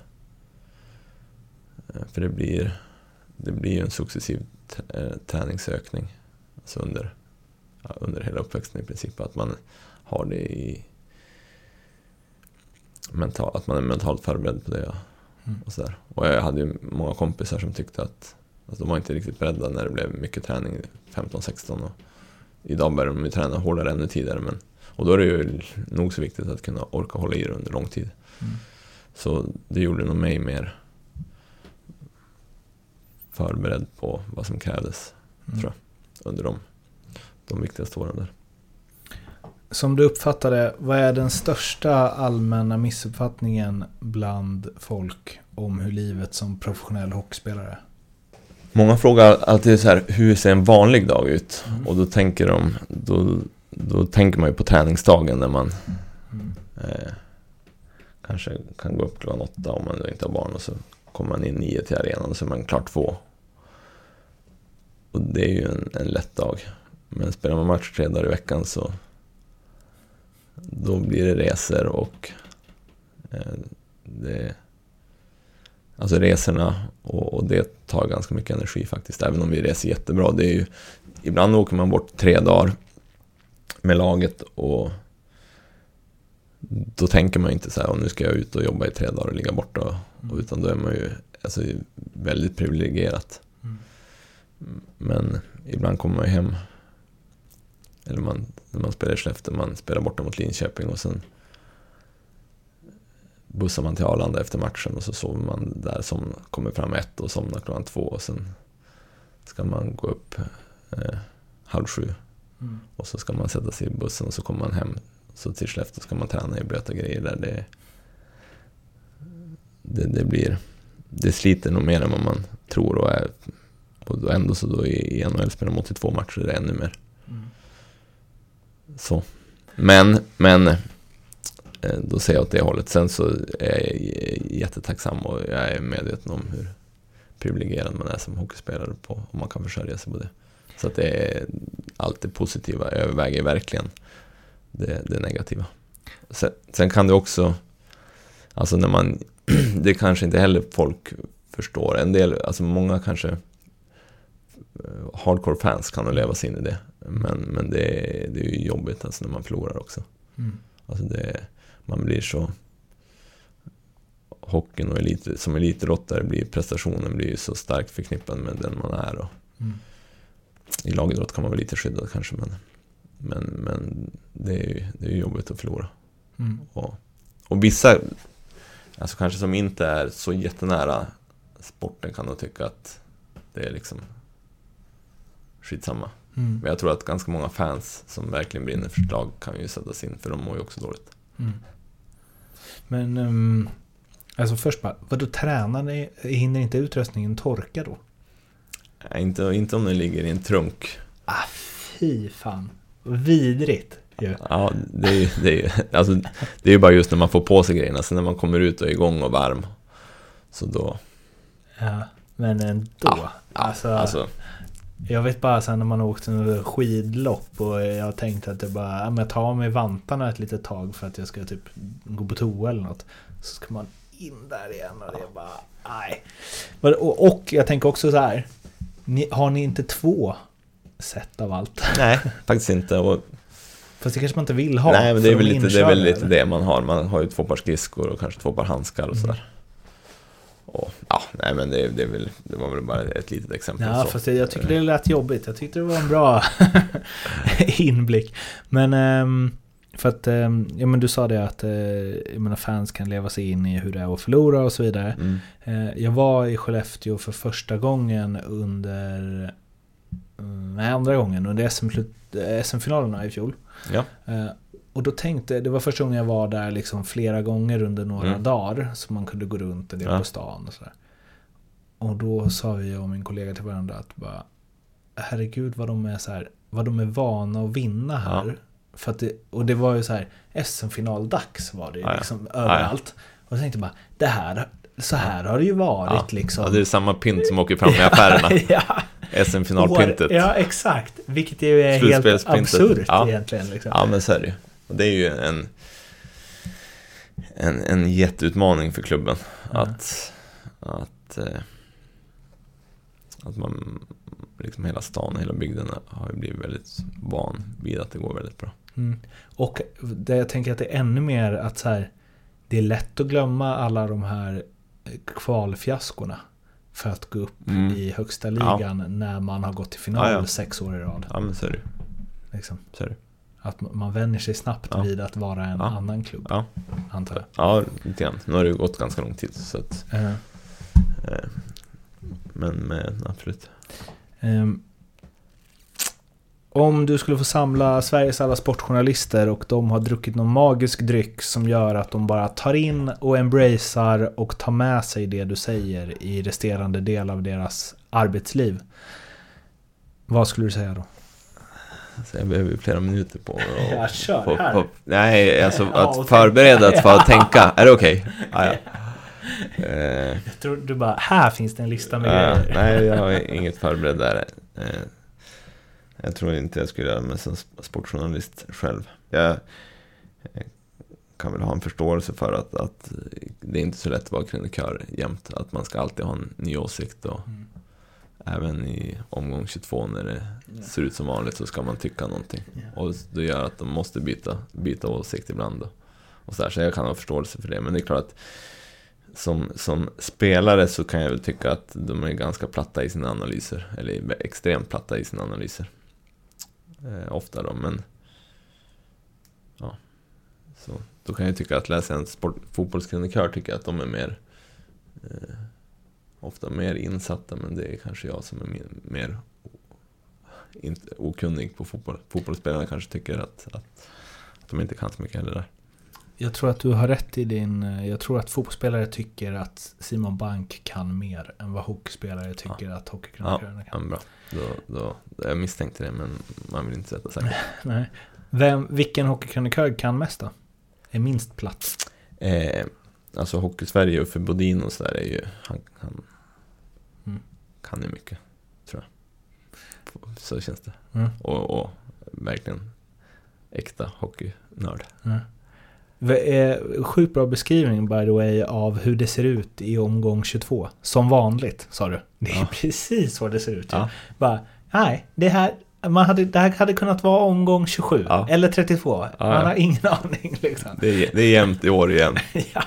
För det blir det blir en successiv t- träningsökning alltså under, ja, under hela uppväxten i princip, att man har det i mental, att man är mentalt förberedd på det. Ja. Mm. Och, så där. Och jag hade ju många kompisar som tyckte att alltså, de var inte riktigt beredda när det blev mycket träning femton sexton, och idag börjar de ju träna hårdare ännu tidigare, men, och då är det ju nog så viktigt att kunna orka hålla i det under lång tid. Mm. Så det gjorde nog mig mer förberedd på vad som krävdes, mm. tror jag, under de, de viktigaste åren där. Som du uppfattade, vad är den största allmänna missuppfattningen bland folk om hur livet som professionell hockeyspelare? Många frågar alltid så här, hur ser en vanlig dag ut? Mm. Och då tänker de, då, då tänker man ju på träningsdagen när man mm. eh, kanske kan gå upp klockan åtta om man då inte har barn, och så kommer man in nio till arenan och så är man klart två. Och det är ju en, en lätt dag. Men spelar man match tre dagar i veckan, så då blir det resor och eh, det alltså resorna och, och det tar ganska mycket energi faktiskt, även om vi reser jättebra. Det är ju, ibland åker man bort tre dagar med laget och då tänker man inte så här, och nu ska jag ut och jobba i tre dagar och ligga borta, mm. utan då är man ju alltså, väldigt privilegierat. Mm. Men ibland kommer man ju hem, eller man, när man spelar i Skellefteå, man spelar borta mot Linköping och sen bussar man till Arlanda efter matchen och så sover man där, som kommer fram ett och somnar klockan två, och sen ska man gå upp eh, halv sju mm. och så ska man sätta sig i bussen och så kommer man hem, så till Skellefteå ska man träna i blöta grejer där det, det, det blir det sliter nog mer än vad man tror och är. Och då ändå så då i N H L spelar de åttiotvå matcher, det är ännu mer. Mm. Så. Men, men då ser jag åt det hållet. Sen så är jag jättetacksam och jag är medveten om hur privilegierad man är som hockeyspelare på, om man kan försörja sig på det. Så att det är allt det positiva överväger verkligen det, det negativa. Sen, sen kan det också, alltså när man, det kanske inte heller folk förstår. En del, alltså många kanske hardcore fans kan nog leva sig in i det. Men, men det, är, det är ju jobbigt alltså när man förlorar också. Mm. Alltså det, man blir så, hockeyn och elit, som elitidrottare blir prestationen blir så starkt förknippad med den man är. Och mm. I lagidrott kan man vara lite skyddad kanske, men, men, men det är ju det är jobbigt att förlora. Mm. Och, och vissa, alltså kanske som inte är så jättenära sporten, kan nog tycka att det är liksom skitsamma. Mm. Men jag tror att ganska många fans som verkligen brinner för lag kan ju sättas in, för de mår ju också dåligt. Mm. Men um, alltså först bara, vadå, tränar ni, hinner inte utrustningen torka då? Nej, inte, inte om den ligger i en trunk. Ah, fy fan. Vidrigt. Yeah. Ja, det är ju det är, alltså, det är ju bara just när man får på sig grejerna. Sen när man kommer ut och är igång och varm, så då... Ja, men ändå. Ja, alltså, alltså... Jag vet bara sen när man åkte en skidlopp och jag tänkte att jag bara, ja, men jag tar med vantarna ett litet tag för att jag ska typ gå på toa eller något. Så ska man in där igen och det är bara, nej. Och, och jag tänker också så här, ni, har ni inte två set av allt? Nej, faktiskt inte. Och... Fast det kanske man inte vill ha. Nej, men det är väl lite, det är väl lite det man har. Man har ju två par skridskor och kanske två par handskar och sådär. Mm. Och, ja, nej men det, det, är väl, det var väl bara ett litet exempel. Ja, så. Fast jag, jag tycker det lät jobbigt. Jag tyckte det var en bra inblick. Men ähm, för att, ähm, ja, men du sa det att äh, jag menar, fans kan leva sig in i hur det är att förlora och så vidare. Mm. Äh, jag var i Skellefteå för första gången under äh, nej, andra gången under S M-finalerna i fjol. Ja. Äh, Och då tänkte, det var första gången jag var där liksom flera gånger under några mm. dagar, så man kunde gå runt en del ja. på stan och sådär. Och då sa vi och min kollega till varandra att bara, herregud vad de är så här, vad de är vana att vinna här. Ja. För att det, och det var ju så här, S M-finaldags var det ja, liksom ja. överallt. Ja, ja. Och jag tänkte bara, det här, så här har det ju varit ja. liksom. Ja, det är samma pint som åker fram i affärerna. Ja. S M-finalpintet. Ja, exakt. Vilket ju är helt absurt ja. egentligen. Liksom. Ja, men så är det ju. Och det är ju en, en, en jätteutmaning för klubben mm. att, att, eh, att man, liksom hela stan, hela bygden har ju blivit väldigt van vid att det går väldigt bra. Mm. Och det, jag tänker att det är ännu mer att så här, det är lätt att glömma alla de här kvalfiaskorna för att gå upp mm. i högsta ligan ja. när man har gått till final ja, ja. sex år i rad. Ja, men så är det. Liksom. Så är det. Att man vänjer sig snabbt ja. vid att vara en ja. annan klubb, ja. antar jag. Ja, lite grann. Nu har det gått ganska lång tid. Så att, uh-huh. eh, men, men absolut. Um, om du skulle få samla Sveriges alla sportjournalister och de har druckit någon magisk dryck som gör att de bara tar in och embracear och tar med sig det du säger i resterande del av deras arbetsliv, vad skulle du säga då? Så jag behöver flera minuter på, och, jag kör på, här. på nej, alltså att förbereda, att få tänka. Är det okej? Okay? Ah, ja. eh, jag tror du bara, här finns det en lista med eh, grejer. Nej, jag har inget förberedd där. Eh, jag tror inte jag skulle göra mig som sportjournalist själv. Jag eh, kan väl ha en förståelse för att, att det är inte så lätt att vara krönikör jämt. Att man ska alltid ha en ny åsikt och mm. även i omgång tjugotvå när det yeah. ser ut som vanligt så ska man tycka någonting. Yeah. Och det gör att de måste byta, byta åsikt ibland. Då. Och så, här, så jag kan ha förståelse för det. Men det är klart att som, som spelare så kan jag väl tycka att de är ganska platta i sina analyser. Eller extremt platta i sina analyser. Eh, ofta då, men ja. Så då kan jag tycka att läsa en sport, fotbollskrönikör tycker att de är mer eh, ofta mer insatta, men det är kanske jag som är mer, mer inte, okunnig på fotboll. Fotbollsspelarna kanske tycker att, att, att de inte kan så mycket heller där. Jag tror att du har rätt i din... Jag tror att fotbollsspelare tycker att Simon Bank kan mer än vad hockeyspelare tycker ja. att hockeykrönikören ja, kan. Ja, bra. Då, då, jag misstänkte det, men man vill inte sätta säkert. Nej. Vem, vilken hockeykrönikör kan mest då? Är minst plats? Eh, alltså Hockey-Sverige och för Bodin och så där är ju... Han, han mm. kan ju mycket, tror jag. Så känns det. Mm. Och, och verkligen äkta hockeynörd. Mm. Sjukt bra beskrivning by the way av hur det ser ut i omgång tjugotvå. Som vanligt, sa du. Det är ja. precis så det ser ut. Ja. Bara, nej, det här, man hade, det här hade kunnat vara omgång tjugosju ja. eller trettiotvå. Ja, man ja. har ingen aning. Liksom. Det, är, det är jämnt i år igen. ja.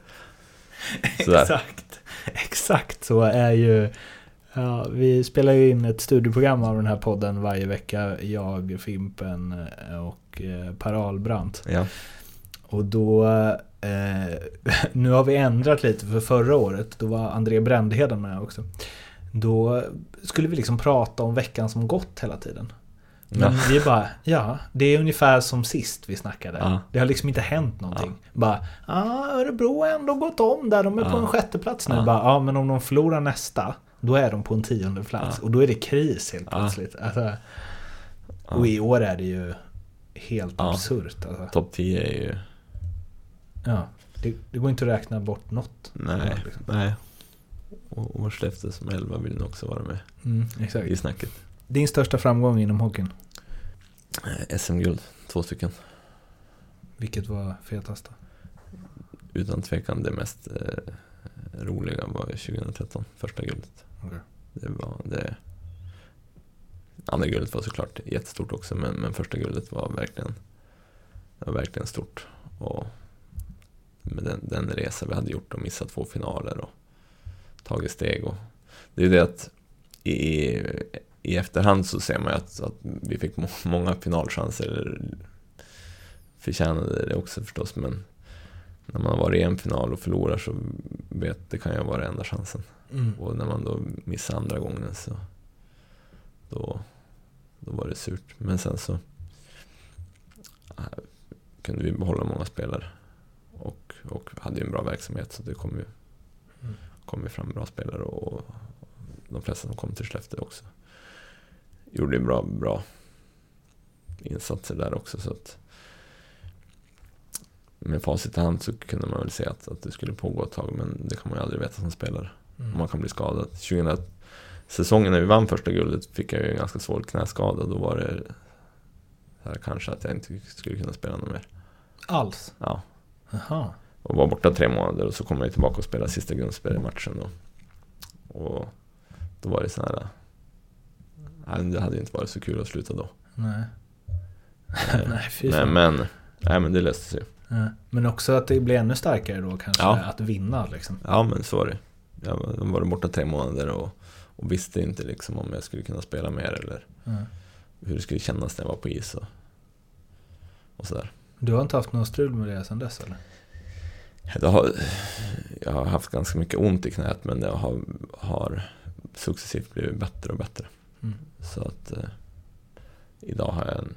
Exakt. Exakt så är ju... Ja, vi spelar ju in ett studieprogram av den här podden varje vecka. Jag, Fimpen och eh, Per Ahlbrandt. Ja. Och då, eh, nu har vi ändrat lite för förra året, då var André Brändheden med också. Då skulle vi liksom prata om veckan som gått hela tiden. Men ja. vi bara, ja, det är ungefär som sist vi snackade. Ja. Det har liksom inte hänt någonting. Ja. Bara, ja, Örebro har ändå gått om där, de är ja. på en sjätte plats nu. Ja. Bara, ja, men om de förlorar nästa, då är de på en tionde plats. Ja. Och då är det kris helt plötsligt. Ja. Alltså, ja. Och i år är det ju helt ja. absurt. Alltså. Topp tio är ju... Ja, det, det går inte att räkna bort något. Nej, liksom. nej. Och Årslefte som elva vill nog också vara med mm, exakt. i snacket. Din största framgång inom hockeyn? S M-guld, två stycken. Vilket var fetast då? Utan tvekan det mest eh, roliga var tjugohundratretton, första guldet. Okay. Det var det. Andra guldet var såklart jättestort också, men, men första guldet var verkligen var verkligen stort. Och med den, den resa vi hade gjort och missat två finaler och tagit steg. Och det är ju det att i, i efterhand så ser man ju att, att vi fick må, många finalchanser, förtjänade det också förstås, men när man har varit i en final och förlorar så vet det kan ju vara enda chansen. Mm. Och när man då missar andra gången så då, då var det surt. Men sen så äh, kunde vi behålla många spelare och, och hade ju en bra verksamhet, så det kom ju, mm. kom ju fram bra spelare, och de flesta som kom till Skellefteå också gjorde bra, bra insatser där också, så att med facit i hand så kunde man väl säga att, att det skulle pågå ett tag, men det kan man ju aldrig veta som spelare. Mm. Man kan bli skadad. tjugo säsongen när vi vann första guldet fick jag ju en ganska svår knäskada. Då var det här kanske att jag inte skulle kunna spela något mer. Alls? Ja. Aha. Och var borta tre månader och så kom jag tillbaka och spelade sista grundspel i matchen. Och, och då var det så här... Nej, det hade inte varit så kul att sluta då. Nej. nej, fy men, men, nej, men det löste sig. Ja. Men också att det blir ännu starkare då kanske, ja. att vinna liksom. Ja, men så var det. Jag var, var borta tre månader och, och visste inte liksom om jag skulle kunna spela mer eller mm. hur det skulle kännas när jag var på is och, och sådär. Du har inte haft någon strul med det sedan dess eller? Jag har, jag har haft ganska mycket ont i knät, men det har, har successivt blivit bättre och bättre. Mm. Så att eh, idag har jag en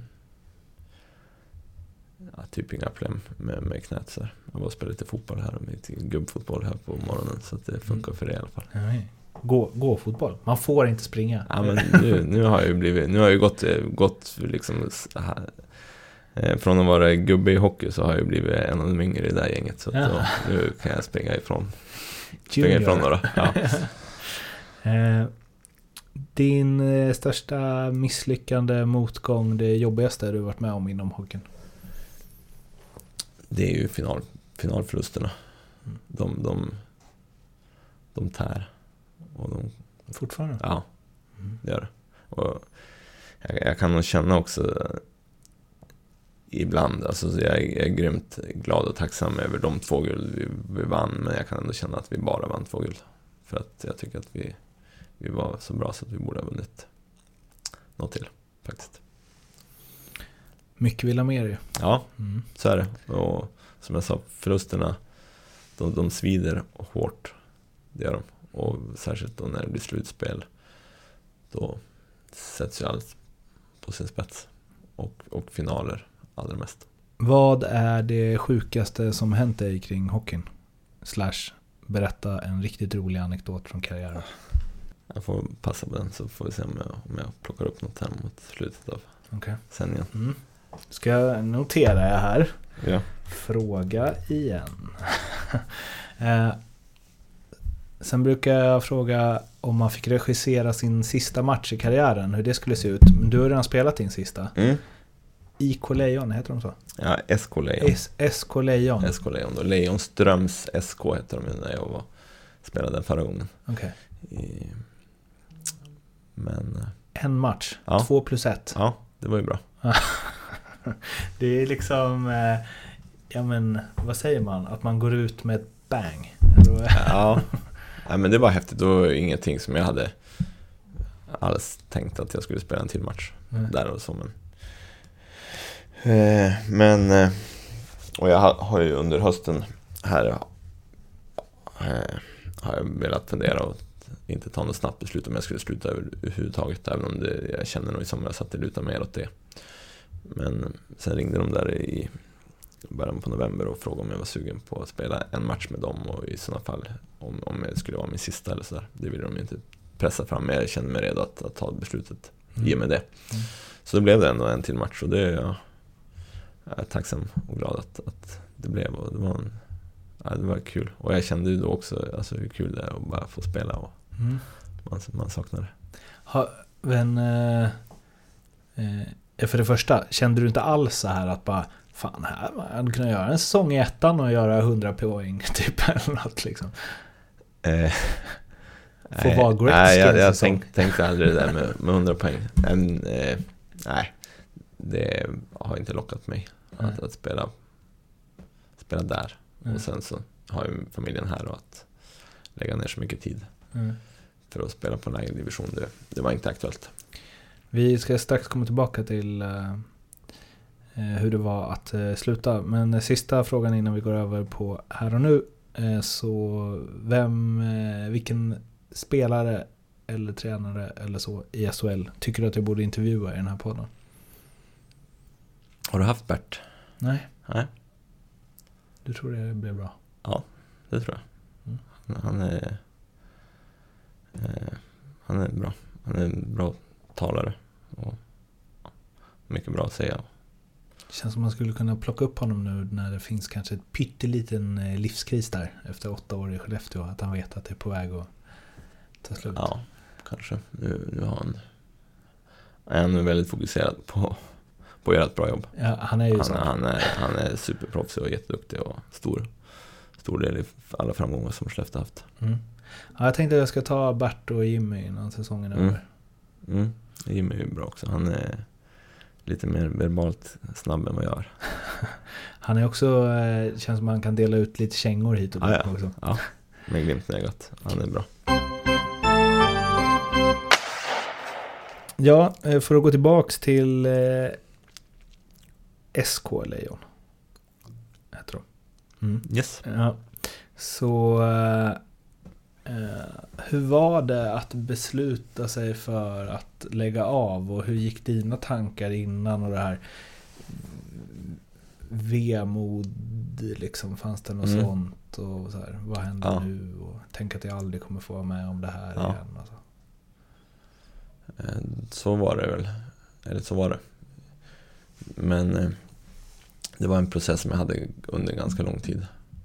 ja, typ inga problem med, med knät. Så jag var spelat lite fotboll här och lite gubbfotboll här på morgonen, så att det funkar för det i alla fall. Nej. Gå, gå fotboll. Man får inte springa. Ja, men nu, nu har jag ju blivit, nu har jag ju gått, gått liksom här, eh, från att vara gubbe i hockey så har jag ju blivit en av de yngre i det där gänget, så att ja. då, nu kan jag springa ifrån springa ifrån några. Ja. eh, din eh, största misslyckande, motgång, det jobbigaste du varit med om inom hockeyn? Det är ju final, finalförlusterna. Mm. De, de, de tär. Och de, fortfarande? Ja, mm. det gör det. Och jag, jag kan nog känna också ibland, alltså jag är, jag är grymt glad och tacksam över de två guld vi, vi vann, men jag kan ändå känna att vi bara vann två guld. För att jag tycker att vi, vi var så bra så att vi borde ha vunnit något till, faktiskt. Mycket vill ha mer ju. Ja, mm. så är det. Och som jag sa, förlusterna, de, de svider hårt. Det gör de. Och särskilt då när det blir slutspel, då sätts ju allt på sin spets. Och, och finaler allra mest. Vad är det sjukaste som hänt dig kring hockeyn? Slash berätta en riktigt rolig anekdot från karriären. Jag får passa på den så får vi se om jag, om jag plockar upp något här mot slutet av okay. sändningen. Mm. Ska jag notera jag här? Ja. Fråga igen. eh, sen brukar jag fråga om man fick regissera sin sista match i karriären, hur det skulle se ut. Men du har redan spelat din sista. Mm. I K Lejon, heter de så? Ja, S K Lejon. S K Lejon. S K Lejon då. Lejonströms S K heter de när jag var, spelade förra gången. Okej. Okay. Men... En match, ja. två plus ett. Ja, det var ju bra. Det är liksom, eh, ja men, vad säger man? Att man går ut med ett bang. Ja, ja men det var häftigt. Det var ingenting som jag hade alls tänkt att jag skulle spela en till match mm. där och så. Men, eh, men eh, och jag har ju under hösten här eh, har jag velat fundera och inte ta något snabbt beslut om jag skulle sluta överhuvudtaget, även om det, jag känner nog i somras att det lutar mer åt det. Men sen ringde de där i början på november och frågade om jag var sugen på att spela en match med dem, och i sådana fall om, om det skulle vara min sista eller sådär. Det ville de ju inte pressa fram, men jag kände mig redo att, att ta beslutet mm. i och med det. Mm. Så det blev det ändå en till match, och det är jag, jag är tacksam och glad att, att det blev. Och det var en, ja, det var kul. Och jag kände ju då också alltså, hur kul det är att bara få spela, och mm. man, man saknar det. Ha, men eh, eh, för det första, kände du inte alls så här att bara fan, här man hade kunnat göra en säsong i ettan och göra hundra poäng typ eller något liksom? Eh, Få vara great nej, jag, jag tänk, tänkte aldrig det där med, med hundra poäng. Men, eh, nej, det har inte lockat mig att, att spela spela där. Mm. Och sen så har jag familjen här och att lägga ner så mycket tid mm. för att spela på en egen division. Det, det var inte aktuellt. Vi ska strax komma tillbaka till uh, hur det var att uh, sluta. Men sista frågan innan vi går över på här och nu. Uh, så vem, uh, vilken spelare eller tränare eller så i S H L tycker du att jag borde intervjua i den här podden? Har du haft Bert? Nej. Nej. Du tror det blir bra? Ja, det tror jag. Mm. Han är eh, han är bra. Han är en bra talare och mycket bra att säga. Det känns som man skulle kunna plocka upp honom nu när det finns kanske ett pytteliten livskris där efter åtta år i Skellefteå, att han vet att det är på väg att ta slut. Ja, kanske. Nu, nu har han är han väldigt fokuserad på på att göra ett bra jobb. Ja, han är ju han, så. Han är, han är superproffsig och jätteduktig och stor, stor del i alla framgångar som Skellefteå haft. Mm. Ja, jag tänkte att jag ska ta Bert och Jimmy innan säsongen är mm. över. Mm. Jimmy är ju bra också. Han är lite mer verbalt snabb än vad jag är. Han är också, känns som att han kan dela ut lite kängor hit och dit ja, ja. också. Ja, med glimt i ögat. Han är bra. Ja, för att gå tillbaks till eh, S K Lejon. Jag tror. Mm. Yes. Ja. Så eh, hur var det att besluta sig för att lägga av, och hur gick dina tankar innan, och det här vemod liksom, fanns det något mm. sånt, och så här, vad händer ja. nu, och tänk att jag aldrig kommer få vara med om det här ja. igen alltså. Så var det väl, eller så var det. Men det var en process som jag hade under ganska lång tid.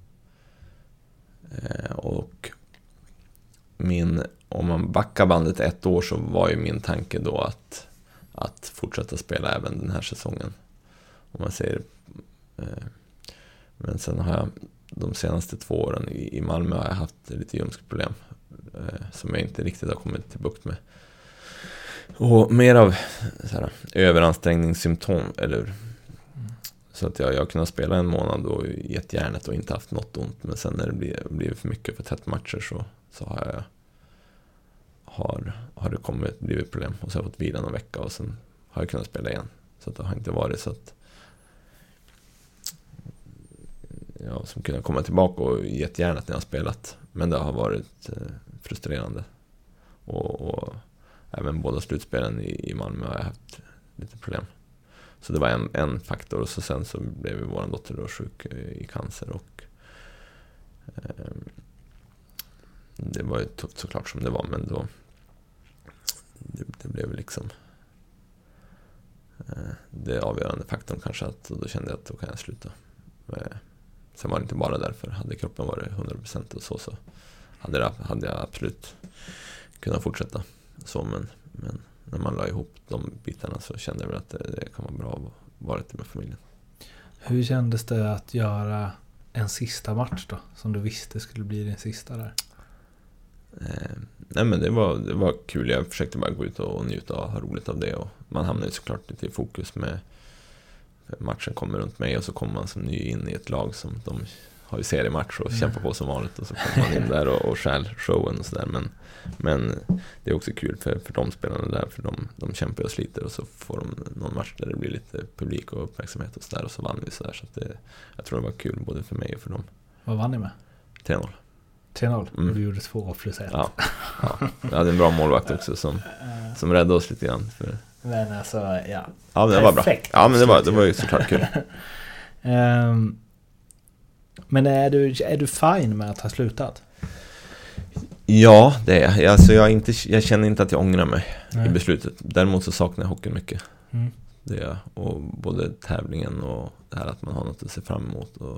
Och min, om man backar bandet ett år, så var ju min tanke då att, att fortsätta spela även den här säsongen. Om man säger, men sen har jag de senaste två åren i Malmö har jag haft lite ljumskproblem som jag inte riktigt har kommit till bukt med. Och mer av så här, överansträngningssymptom eller mm. så att jag, jag kunnat spela en månad och gett järnet och inte haft något ont, men sen när det blir, blir för mycket för tätt matcher så, så har jag har, har det kommit, blivit problem, och så har jag fått vila en vecka och sen har jag kunnat spela igen, så att det har inte varit så att jag som kunde komma tillbaka och gett järnet när jag har spelat, men det har varit eh, frustrerande och, och även båda slutspelen i, i Malmö har jag haft lite problem. Så det var en, en faktor, och så sen så blev ju vår dotter då sjuk i cancer, och eh, det var ju tufft såklart som det var, men då det, det blev liksom eh, det avgörande faktorn kanske, att då kände jag att då kan jag sluta. Eh, sen var det inte bara därför, hade kroppen varit hundra procent och så, så hade, det, hade jag absolut kunnat fortsätta så, men, men när man la ihop de bitarna så kände jag väl att det, det kan vara bra att vara lite med familjen. Hur kändes det att göra en sista match då, som du visste skulle bli din sista där? Eh, nej men det var, det var kul, jag försökte bara gå ut och njuta och ha roligt av det, och man hamnade såklart lite i fokus med matchen kommer runt mig, och så kommer man som ny in i ett lag som de har ju seriematch och kämpar på som vanligt, och så kommer man in där och, och stjäl showen och sådär, men, men det är också kul för, för de spelarna där, för de, de kämpar och sliter, och så får de någon match där det blir lite publik och uppmärksamhet och sådär, och så vann vi sådär, så att det, jag tror det var kul både för mig och för dem. Vad vann ni med? tre noll. tre noll? Mm. Och du gjorde två plus ett. Ja, ja. Jag hade en bra målvakt också som, som räddade oss lite grann. För... Men alltså, ja. Ja, men det var bra. Ja, men det var, det var ju såklart kul. um, men är du, är du fine med att ha slutat? Ja, det är jag. Alltså, jag, inte, jag känner inte att jag ångrar mig Nej. i beslutet. Däremot så saknar jag hockeyn mycket. Mm. Det är, och både tävlingen och det här att man har något att se fram emot, och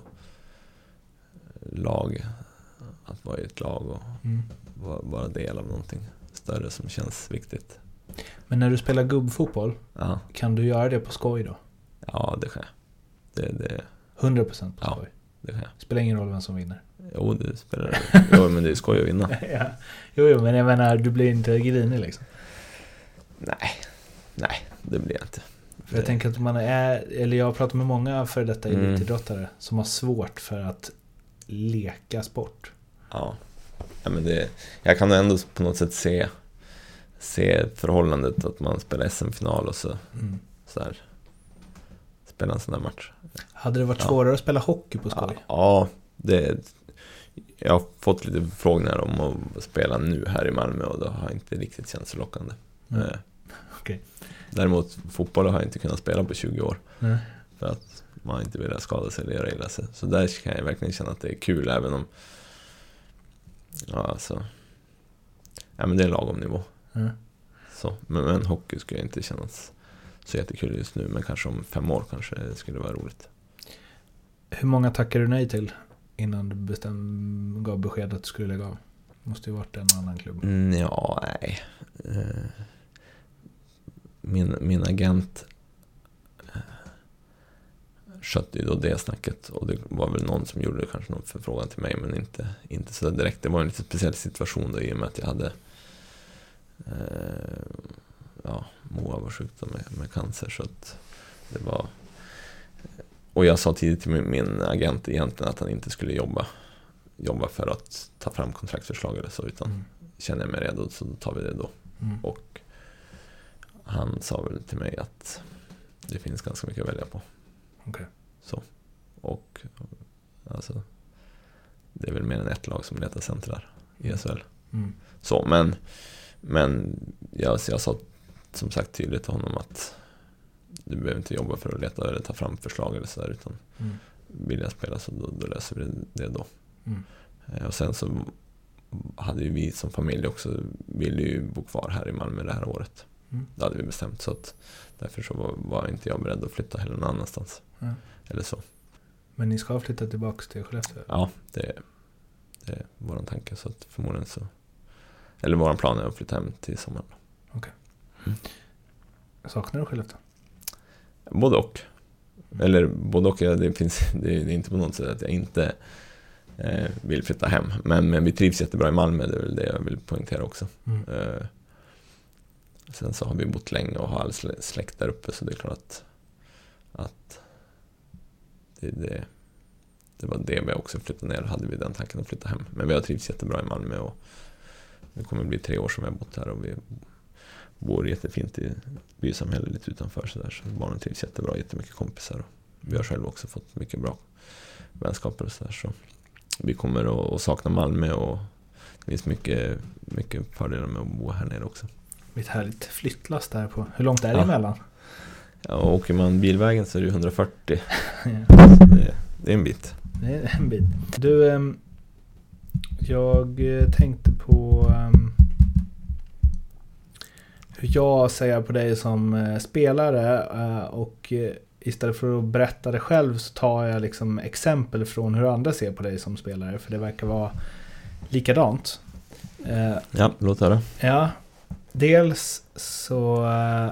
lag, att vara i ett lag och Mm. vara, vara del av någonting större som känns viktigt. Men när du spelar gubbfotboll, Ja, kan du göra det på skoj då? ja det kan jag. Det, det, hundra procent på Ja. skoj. det kan jag. Spelar ingen roll vem som vinner. Jo, det spelar jo, men det är skoj att vinna. Ja. Jo, jo, men jag menar, du blir inte grinig liksom. Nej, nej, det blir jag inte. För jag tänker att man är, eller jag har pratat med många för detta Mm. elitidrottare som har svårt för att leka sport. Ja, ja men det, jag kan ändå på något sätt se, se förhållandet att man spelar S M-final och så, Mm. så här, spela en sån där match. Hade det varit Ja. svårare att spela hockey på skoj? Ja, ja det, jag har fått lite förfrågningar om att spela nu här i Malmö, och det har inte riktigt känts så lockande. Mm. Eh, Okej. Däremot fotboll har jag inte kunnat spela på tjugo år. Mm. För att man inte vill skada sig eller göra illa sig. Så där kan jag verkligen känna att det är kul, även om ja, alltså, ja, men det är lagom nivå. Mm. Så, men, men hockey skulle jag inte kännas så jättekul just nu, men kanske om fem år kanske det skulle vara roligt. Hur många tackar du nej till innan du bestäm, gav besked att du skulle lägga av? Måste ju varit en annan klubb. Mm, ja, nej. Eh, Min, min agent eh, skötte ju då det snacket, och det var väl någon som gjorde kanske någon förfrågan till mig, men inte, inte så direkt. Det var en lite speciell situation då, i och med att jag hade eh, ja, Moa var sjuk med, med cancer, så att det var, och jag sa tidigt till min, min agent egentligen att han inte skulle jobba jobba för att ta fram kontraktsförslag eller så, utan Mm. känner jag mig redo så tar vi det då. Mm. Och han sa väl till mig att det finns ganska mycket att välja på. Okej. Så. Och alltså, det är väl mer än ett lag som letar centrar i S H L. Mm. Så, men men jag, jag sa som sagt tydligt till honom att du behöver inte jobba för att leta eller ta fram förslag eller sådär, utan Mm. vill jag spela så då, då löser vi det då. Mm. Och sen så hade ju vi som familj också, ville ju bo kvar här i Malmö det här året. Mm. Det hade vi bestämt, så att därför så var, var inte jag beredd att flytta heller någon annanstans. Mm. Eller så. Men ni ska flytta tillbaka till Skellefteå? Ja, det, det är vår tanke, så att förmodligen så, eller vår plan är att flytta hem till sommaren. Okej. Mm. Saknar du Skellefteå? Både och. Eller både och, det finns, det är inte på något sätt att jag inte eh, vill flytta hem. Men, men vi trivs jättebra i Malmö, det är väl det jag vill poängtera också. Mm. Eh, sen så har vi bott länge och har all släkt där uppe, så det är klart att, att det, det, det var det vi också flyttade ner, hade vi den tanken att flytta hem. Men vi har trivs jättebra i Malmö, och det kommer bli tre år som vi har bott här, och vi bor jättefint i bysamhället lite utanför, så där, så barnen trivs jättebra, jättemycket kompisar, och vi har själv också fått mycket bra vänskaper och så där, så vi kommer att, att sakna Malmö, och det finns mycket, mycket fördelar med att bo här nere också. Ett härligt flyttlass där på. Hur långt är det Ja. emellan? Ja, och åker man bilvägen så är det hundrafyrtio. Ja. Så det, det är en bit. Det är en bit. Du, um, jag tänkte på um, hur jag ser på dig som uh, spelare uh, och uh, istället för att berätta det själv så tar jag liksom exempel från hur andra ser på dig som spelare, för det verkar vara likadant. Uh, Ja, låt höra. Ja, dels så uh,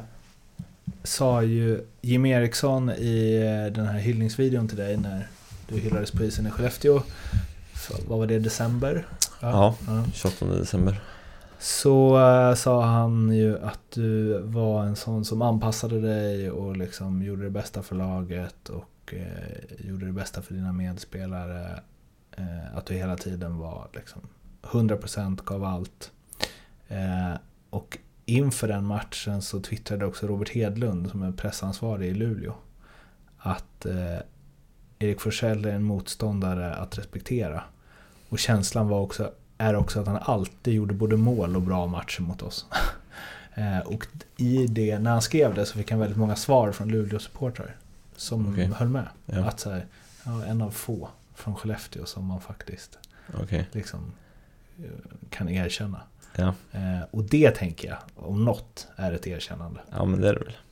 sa ju Jim Eriksson i uh, den här hyllningsvideon till dig när du hyllades på isen i Skellefteå. För, vad var det, december? Ja, ja. tjugoåttonde december. Så uh, sa han ju att du var en sån som anpassade dig och liksom gjorde det bästa för laget och uh, gjorde det bästa för dina medspelare. Uh, att du hela tiden var liksom hundra procent gav allt. Uh, och inför den matchen så twittrade också Robert Hedlund som är pressansvarig i Luleå att uh, Erik Forsell är en motståndare att respektera. Och känslan var också, är också att han alltid gjorde både mål och bra matcher mot oss. eh, och i det, när han skrev det så fick han väldigt många svar från Luleå-supportrar som Okay. höll med. Ja. Att så här, ja, en av få från Skellefteå som man faktiskt Okay. liksom, kan erkänna. Ja. Eh, och det tänker jag, om något, är ett erkännande. Ja, men det är det väl.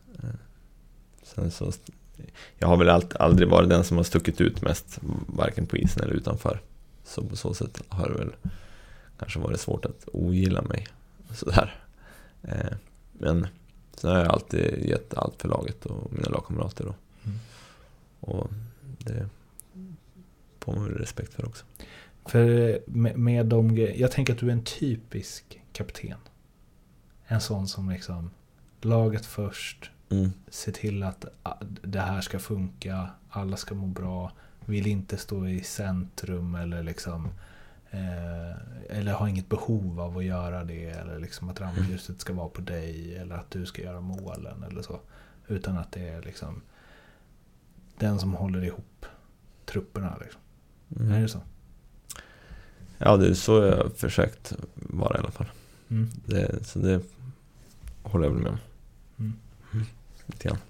Sen så, jag har väl allt, aldrig varit den som har stuckit ut mest, varken på isen eller utanför. Så på så sätt har det väl kanske varit svårt att ogilla mig. Sådär. Eh, men sen har jag alltid gett allt för laget och mina lagkamrater. Och, Mm. och det får man väl respekt för också. För med, med de, jag tänker att du är en typisk kapten. En sån som liksom laget först, Mm. se till att det här ska funka, alla ska må bra, vill inte stå i centrum eller liksom eh, eller ha inget behov av att göra det, eller liksom att rampljuset ska vara på dig eller att du ska göra målen eller så, utan att det är liksom den som håller ihop trupperna liksom. Mm. Är det så? Ja, det är så jag har försökt vara i alla fall. Mm. Det, så det håller jag väl med om. Mm. Lite grann.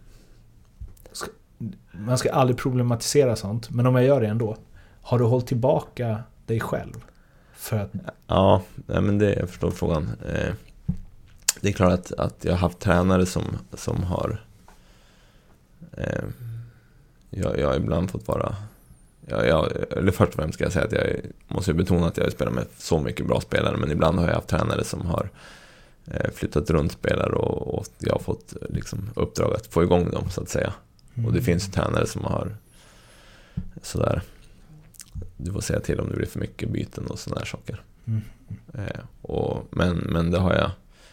Man ska aldrig problematisera sånt, men om jag gör det ändå, har du hållit tillbaka dig själv för att... Ja, nej, men det, jag förstår frågan. Eh, det är klart att, att jag har haft tränare som, som har eh, jag, jag har ibland fått vara jag, jag, eller först och främst ska jag säga att jag måste betona att jag spelar med så mycket bra spelare, men ibland har jag haft tränare som har eh, flyttat runt spelare och, och jag har fått liksom, uppdrag att få igång dem, så att säga. Mm. Och det finns ju tränare som har sådär, du får säga till om det blir för mycket byten och sådana där saker. Mm. Eh, och, men, men det har jag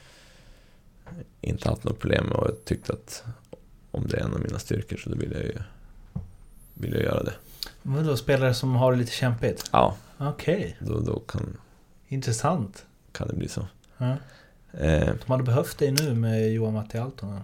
inte haft något problem med, och jag tyckte att om det är en av mina styrkor så då vill jag ju vill jag göra det. Men då spelare som har det lite kämpigt? Ja. Okej. Okay. Då, då kan, intressant. Kan det bli så. Ja. Eh. De hade behövt dig nu med Johan Matti Altonen.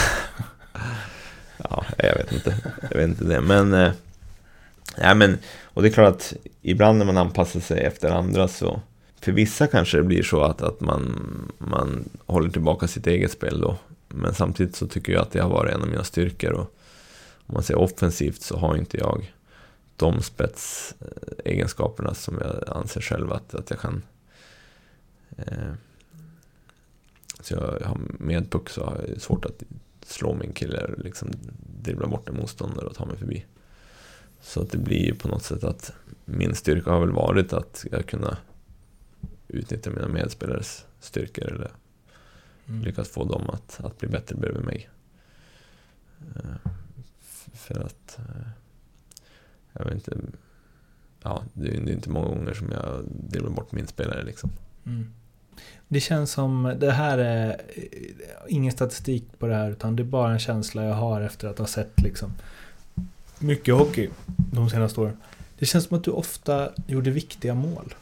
Ja, jag vet inte. Jag vet inte det. Men, eh, ja, men, och det är klart att ibland när man anpassar sig efter andra så, för vissa kanske det blir så att, att man, man håller tillbaka sitt eget spel då. Men samtidigt så tycker jag att det har varit en av mina styrkor, och om man säger offensivt så har inte jag de spetsegenskaperna som jag anser själv att, att jag kan. Eh, så jag har med puck så har jag svårt att slå min kille, liksom dribbla bort en motståndare och ta mig förbi. Så att det blir ju på något sätt att min styrka har väl varit att jag kunna utnyttja mina medspelares styrkor eller mm. lyckas få dem att, att bli bättre bredvid mig. Uh, för att uh, jag vet inte, ja, det är, det är inte många gånger som jag dribblar bort min spelare liksom. Mm. Det känns som, det här är ingen statistik på det här, utan det är bara en känsla jag har efter att ha sett liksom mycket hockey de senaste åren. Det känns som att du ofta gjorde viktiga mål.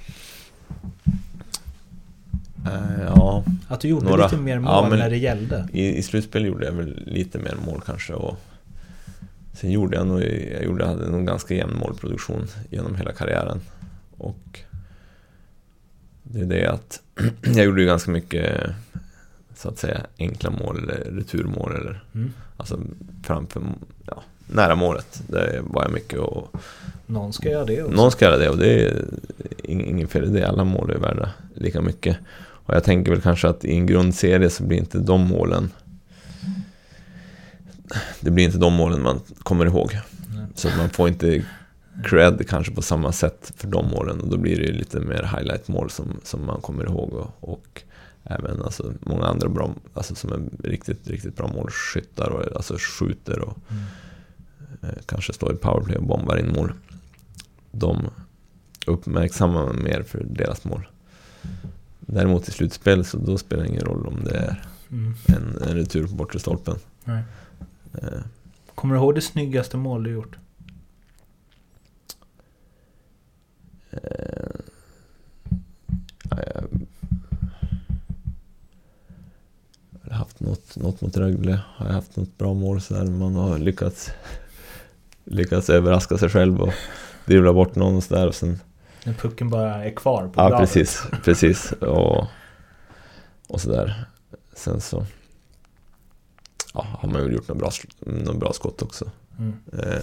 Uh, ja. Att du gjorde några, lite mer mål ja, när det gällde. I, i slutspel gjorde jag väl lite mer mål kanske, och sen gjorde jag nog, jag gjorde, jag hade nog ganska jämn målproduktion genom hela karriären, och det är det att jag gjorde ju ganska mycket så att säga enkla mål eller returmål eller Mm. alltså framför, ja, nära målet. Det var jag mycket och Någon ska göra det också. någon ska göra det och det är ingen fel i det. Alla mål är värda lika mycket. Och jag tänker väl kanske att i en grundserie så blir inte de målen det blir inte de målen man kommer ihåg. Nej. Så att man får inte cred kanske på samma sätt för de målen och då blir det lite mer highlight-mål som, som man kommer ihåg och, och även alltså, många andra bra, alltså som är riktigt, riktigt bra målskyttar och alltså skjuter och Mm. eh, kanske står i powerplay och bombar in mål. De uppmärksammar man mer för deras mål. Däremot i slutspel så då spelar det ingen roll om det är Mm. en, en retur på bortre stolpen. Nej. Eh, Kommer du ihåg det snyggaste mål du gjort? eh, ja, jag har haft något, något mot Rögle. Har jag haft något bra mål så där man har lyckats lyckats överraska sig själv och dribbla bort någon och så där och sen När pucken bara är kvar på ja, bladet. precis, precis och, och så där. Sen så ja, har man ju gjort några bra, några bra skott också. Mm. Eh,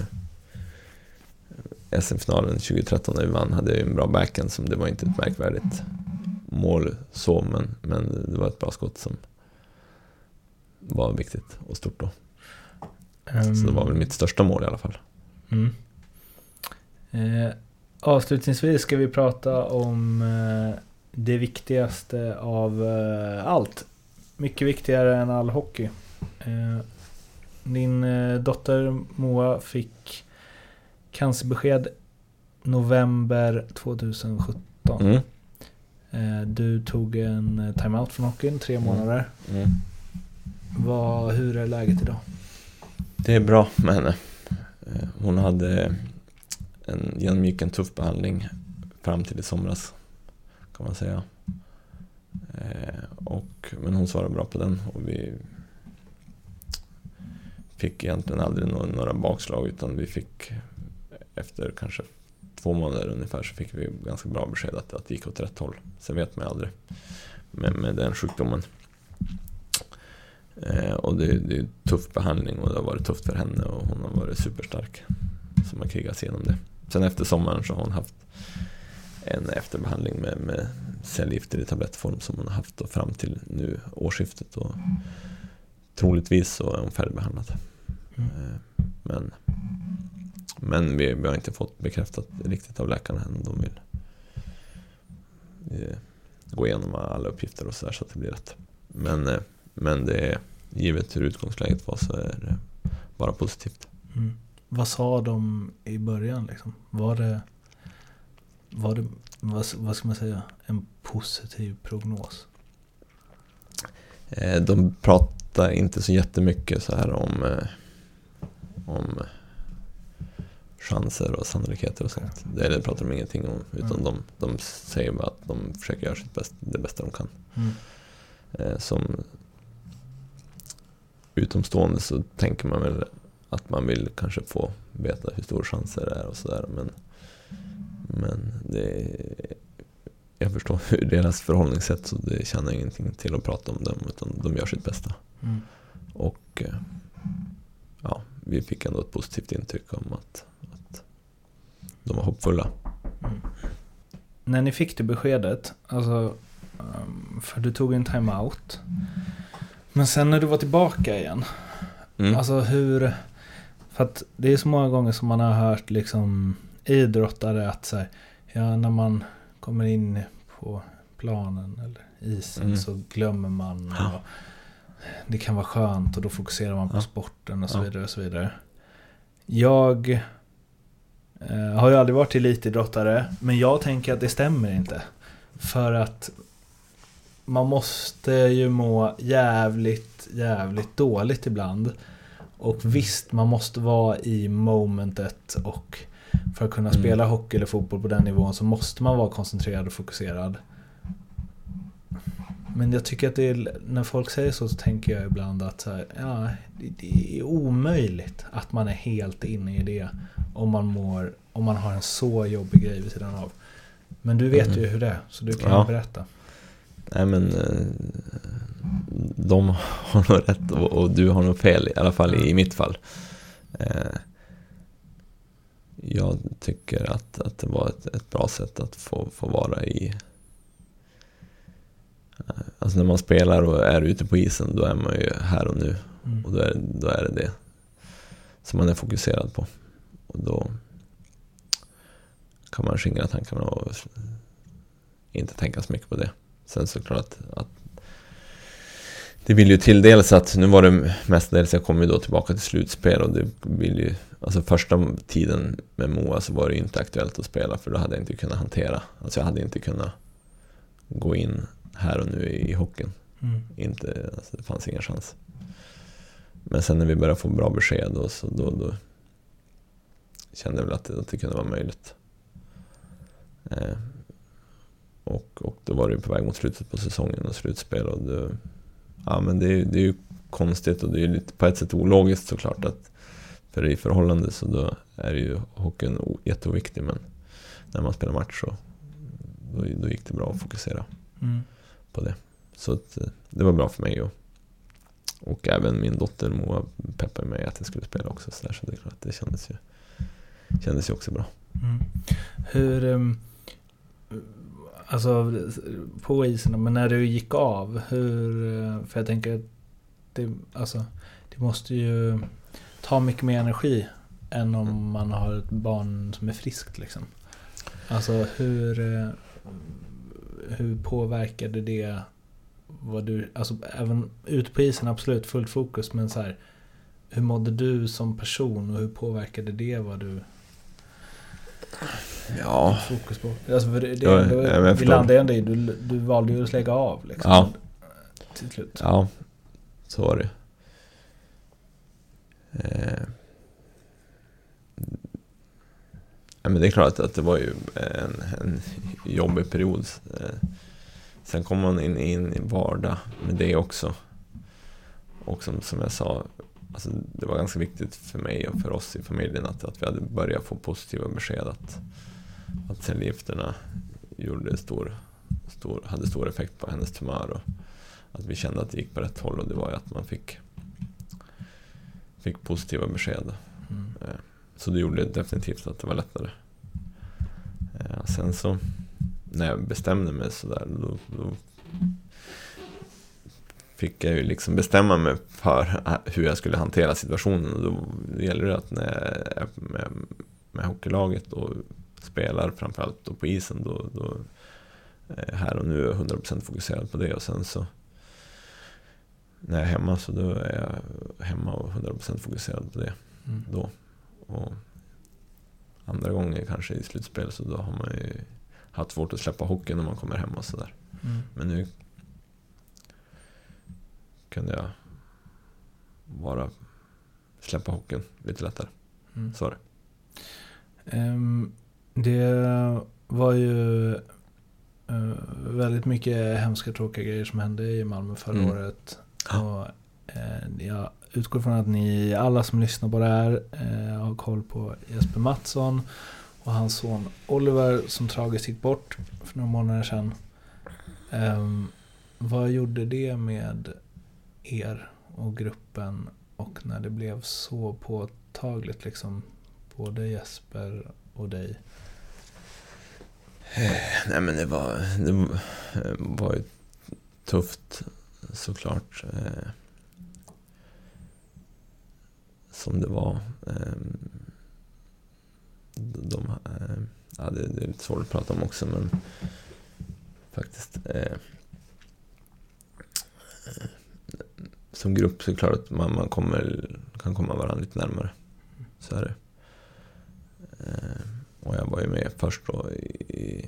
S M-finalen tjugo tretton när vi vann hade jag ju en bra backhand som det var inte ett märkvärdigt mål så men, men det var ett bra skott som var viktigt och stort då. Um, Så det var väl mitt största mål i alla fall. Mm. Eh, avslutningsvis ska vi prata om eh, det viktigaste av eh, allt. Mycket viktigare än all hockey. Eh, din eh, dotter Moa fick cancerbesked november tjugosjutton. Mm. Eh, du tog en timeout från hockeyn, tre månader. Mm. Vad, hur är läget idag? Det är bra med henne. Eh, Hon hade en, genomgick en tuff behandling fram till i somras kan man säga. Eh, och, men hon svarade bra på den och vi fick egentligen aldrig några, några bakslag utan vi fick efter kanske två månader ungefär så fick vi ganska bra besked att, att det gick åt rätt håll. Sen vet man aldrig med, med den sjukdomen. Eh, och det, det är tuff behandling och det har varit tufft för henne och hon har varit superstark som har krigat sig igenom det. Sen efter sommaren så har hon haft en efterbehandling med, med cellgifter i tablettform som hon har haft då fram till nu årsskiftet och troligtvis så är hon färdigbehandlad. Mm. Eh, men men vi, vi har inte fått bekräftat riktigt av läkarna än. De vill eh, gå igenom alla uppgifter och så där så att det blir rätt. Men eh, Men det är, givet hur utgångsläget var så är det bara positivt. Mm. Vad sa de i början liksom? Var det, var det vad, vad ska man säga, en positiv prognos? Eh, de pratar inte så jättemycket så här om, eh, om chanser och sannolikheter och sånt. Det, det pratar de ingenting om utan mm. de, de säger bara att de försöker göra sitt bästa, det bästa de kan. Mm. Eh, som utomstående så tänker man väl att man vill kanske få veta hur stora chanser det är och sådär men, men det, jag förstår hur deras förhållningssätt så det känner ingenting till att prata om dem utan de gör sitt bästa. Mm. Och ja, vi fick ändå ett positivt intryck om att, att de var hoppfulla. Mm. När ni fick det beskedet, alltså för du tog en timeout men sen när du var tillbaka igen Mm. alltså hur, för att det är så många gånger som man har hört liksom idrottare att så här, ja när man kommer in på planen eller isen mm. så glömmer man och det kan vara skönt och då fokuserar man på ja. sporten och så ja. vidare och så vidare. Jag eh, har ju aldrig varit elitidrottare men jag tänker att det stämmer inte för att man måste ju må jävligt, jävligt dåligt ibland. Och visst, man måste vara i momentet och för att kunna mm. spela hockey eller fotboll på den nivån så måste man vara koncentrerad och fokuserad. Men jag tycker att det är, när folk säger så så tänker jag ibland att så här, ja, det, det är omöjligt att man är helt inne i det om man mår, om man har en så jobbig grej vid sidan av. Men du vet mm. ju hur det är, så du kan ja. berätta. nej men de har nog rätt och, och du har nog fel, i alla fall i, i mitt fall. Eh, jag tycker att, att det var ett, ett bra sätt att få, få vara i. Alltså när man spelar och är ute på isen, då är man ju här och nu. Mm. Och då är, då är det det som man är fokuserad på. Och då kan man skingra tankarna och inte tänka så mycket på det. Sen såklart att, att det vill ju till dels att nu var det mestadels, jag kom ju då tillbaka till slutspel och det vill ju, alltså första tiden med Moa så var det ju inte aktuellt att spela, för då hade jag inte kunnat hantera, alltså jag hade inte kunnat gå in här och nu i hockeyn. Mm. Inte, alltså det fanns ingen chans. Men sen när vi började få bra besked då, så då, då kände jag väl att det, att det kunde vara möjligt. Eh, och, och då var det ju på väg mot slutet på säsongen och slutspel och det, ja, men det, det är ju konstigt och det är ju lite på ett sätt ologiskt såklart, att för i förhållande så då är det ju hockeyn jätteviktig, men när man spelar match så då, då gick det bra att fokusera mm. på det. Så att, det var bra för mig och, och även min dotter Moa peppade mig att jag skulle spela också, så, där, så det är klart att det kändes ju, kändes ju också bra. Mm. Hur um, alltså på isen, men när du gick av, hur, för jag tänker att det, alltså, det måste ju ta mycket mer energi än om mm. man har ett barn som är friskt liksom. Alltså hur hur påverkade det vad du, alltså även ut på isen absolut fullt fokus, men så här, hur mådde du som person och hur påverkade det vad du ja fokus på? Alltså för det, ja, det, ja, vi landade ändå i, du, du valde ju att lägga av liksom, ja. till slut. Ja, så var det. Eh. Ja, men det är klart att, att det var ju en, en jobbig period. Eh. Sen kom man in, in i vardag med det också. Och som, som jag sa, alltså det var ganska viktigt för mig och för oss i familjen att, att vi hade börjat få positiva besked att, att cellgifterna gjorde stor, stor, hade stor effekt på hennes tumör och att vi kände att det gick på rätt håll, och det var ju att man fick, fick positiva besked. Mm. Så det gjorde definitivt att det var lättare. Sen så när jag bestämde mig så där, då, då fick jag ju liksom bestämma mig för hur jag skulle hantera situationen, och då gäller det att när jag är med, med hockeylaget och spelar framförallt då på isen, då, då här och nu är jag hundra procent fokuserad på det, och sen så när jag är hemma så då är jag hemma och hundra procent fokuserad på det mm. då. Och andra gånger kanske i slutspel så då har man ju haft svårt att släppa hockeyn när man kommer hem och sådär. Mm. Men nu kunde jag bara släppa hockeyn lite lättare. Mm. Så är det. Um, det var ju uh, väldigt mycket hemska, tråkiga grejer som hände i Malmö förra mm. året. Och uh, jag utgår från att ni alla som lyssnar på det här uh, har koll på Jesper Mattsson och hans son Oliver som tragiskt gick bort för några månader sedan. Um, vad gjorde det med er och gruppen, och när det blev så påtagligt liksom, både Jesper och dig? Nej, men det var det var ju tufft såklart, eh, som det var. Eh, de, eh, ja, det, det är lite svårt att prata om också, men faktiskt eh, som grupp så är det klart att man, man kommer, kan komma varandra lite närmare. Så är det. Eh, och jag var ju med först då i,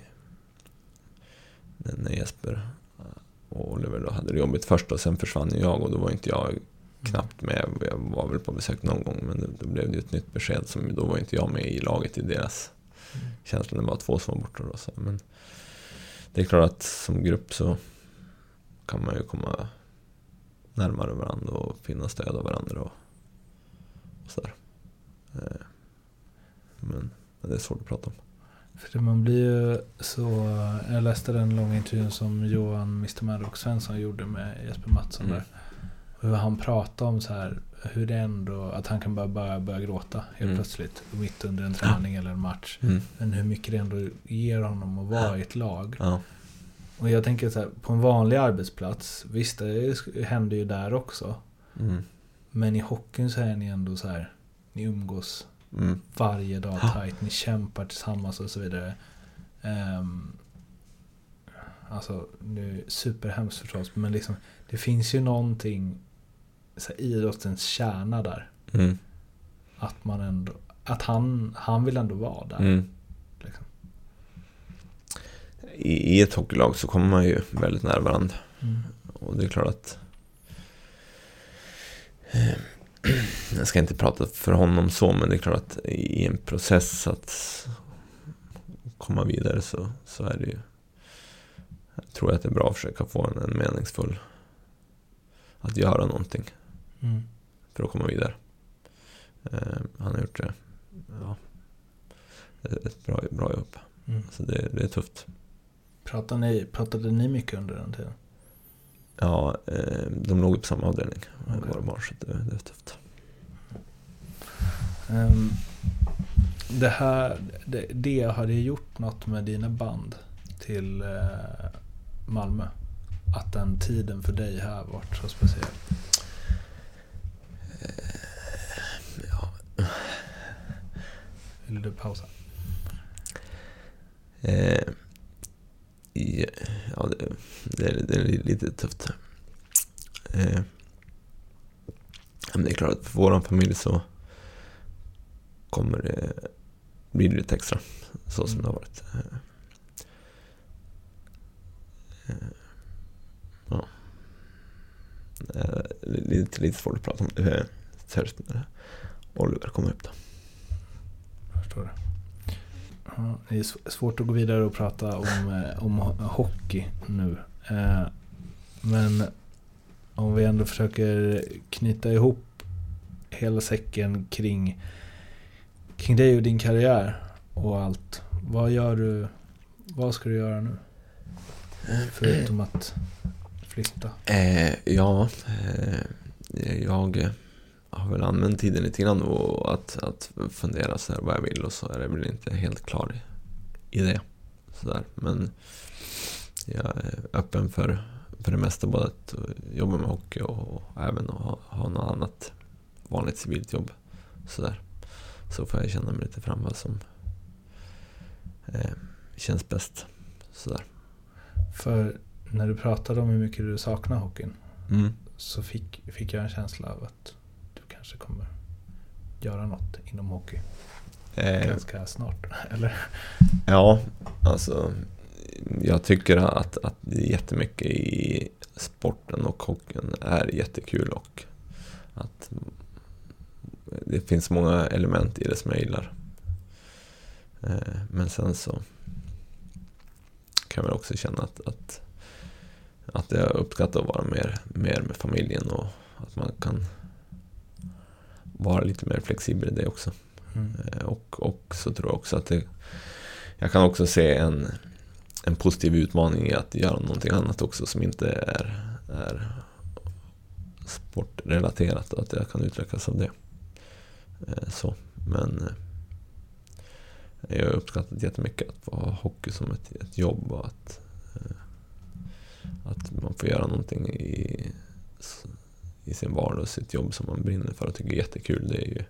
när Jesper och Oliver då hade det jobbigt först, och sen försvann jag, och då var inte jag knappt med. Jag var väl på besök någon gång, men då, då blev det ett nytt besked, som då var inte jag med i laget i deras mm. känslan. Det var två som var borta då, så. Men det är klart att som grupp så kan man ju komma närmare varandra och finna stöd av varandra och, och sådär. Men, men det är svårt att prata om. För man blir ju så... Jag läste den långa intervjun som Johan mister Maddox Svensson gjorde med Jesper Mattsson mm. där. Hur han pratade om så här, hur det ändå, att han kan bara, bara börja gråta helt mm. plötsligt mitt under en träning ja. eller en match. Mm. Men hur mycket det ändå ger honom att vara i ett lag. Ja. Och jag tänker så här, på en vanlig arbetsplats, visst det händer ju där också. Mm. Men i hockeyn så är ni ändå så här, ni umgås mm. varje dag tajt, ni kämpar tillsammans och så vidare. Um, alltså, nu är superhemskt förstås, men liksom, det finns ju någonting så här, idrottens kärna där. Mm. Att man ändå, att han, han vill ändå vara där. Mm. Liksom. I, I ett hockeylag så kommer man ju väldigt nära varandra. Mm. Och det är klart att eh, jag ska inte prata för honom så, men det är klart att i en process att komma vidare så, så är det ju, jag tror att det är bra att försöka få en, en meningsfull, att göra någonting mm. för att komma vidare. Eh, han har gjort det, ja, ett bra, bra jobb. Mm. Så det, det är tufft. Pratade ni, pratade ni mycket under den tiden? Ja, eh, de låg på samma avdelning. Okay. Våra barn, så det, det är tufft. Um, det här det, det har det gjort något med dina band till uh, Malmö, att den tiden för dig här varit så speciell? Uh, ja. Vill du pausa? Uh, ja, det, det, är, det är lite tufft. Uh, men det är klart att för vår familj så kommer det blir det lite extra så mm. som det har varit. Ja. Lite, lite svårt att prata om det. Särskilt när Oliver kommer upp då. Jag förstår det. Ja, det är svårt att gå vidare och prata om, om hockey nu. Men om vi ändå försöker knyta ihop hela säcken kring kring dig och din karriär och allt. Vad gör du? Vad ska du göra nu? Förutom att flytta. Eh, ja, eh, jag har väl använt tiden lite grann och att, att fundera så här vad jag vill, och så är det väl inte helt klar i, i det. Så där. Men jag är öppen för, för det mesta, både att jobba med hockey och, och även att ha, ha något annat vanligt civilt jobb. Så där. Så får jag känna mig lite fram vad som eh, känns bäst. Sådär. För när du pratade om hur mycket du saknar hockeyn mm. så fick, fick jag en känsla av att du kanske kommer göra något inom hockey. Eh, ganska snart, eller? Ja, alltså jag tycker att, att det är jättemycket i sporten och hockeyn är jättekul, och att det finns många element i det som jag gillar. Eh, men sen så kan jag väl också känna att, att, att jag uppskattar att vara mer, mer med familjen, och att man kan vara lite mer flexibel i det också. Mm. Eh, och, och så tror jag också att det, jag kan också se en, en positiv utmaning i att göra någonting annat också som inte är, är sportrelaterat, och att jag kan utvecklas av det. Så, men jag har uppskattat jättemycket att ha hockey som ett, ett jobb, och att, att man får göra någonting i, i sin vardag och sitt jobb som man brinner för och tycker är jättekul. Det är ju,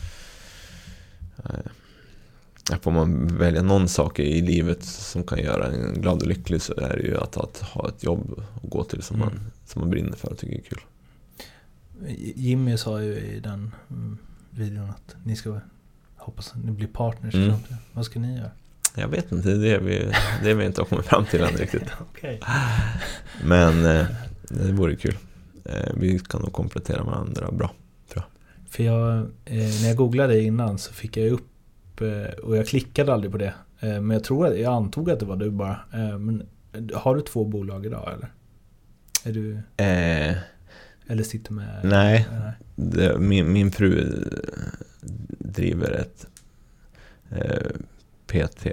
äh, får man välja någon sak i livet som kan göra en glad och lycklig, så är det ju att, att ha ett jobb att gå till som, mm. man, som man brinner för och tycker är kul. Jimmy sa ju i den videon att ni ska hoppas att ni blir partners. Mm. Vad ska ni göra? Jag vet inte, det är vi, det är vi inte har kommit fram till än riktigt. Okay. Men eh, det vore kul. Eh, vi kan nog komplettera varandra bra, tror jag. För jag, eh, när jag googlade innan så fick jag upp, eh, och jag klickade aldrig på det. Eh, men jag tror att, jag antog att det var du bara. Eh, men har du två bolag idag, eller? Är du... Eh, eller sitter med... Nej, det, min, min fru driver ett eh, P T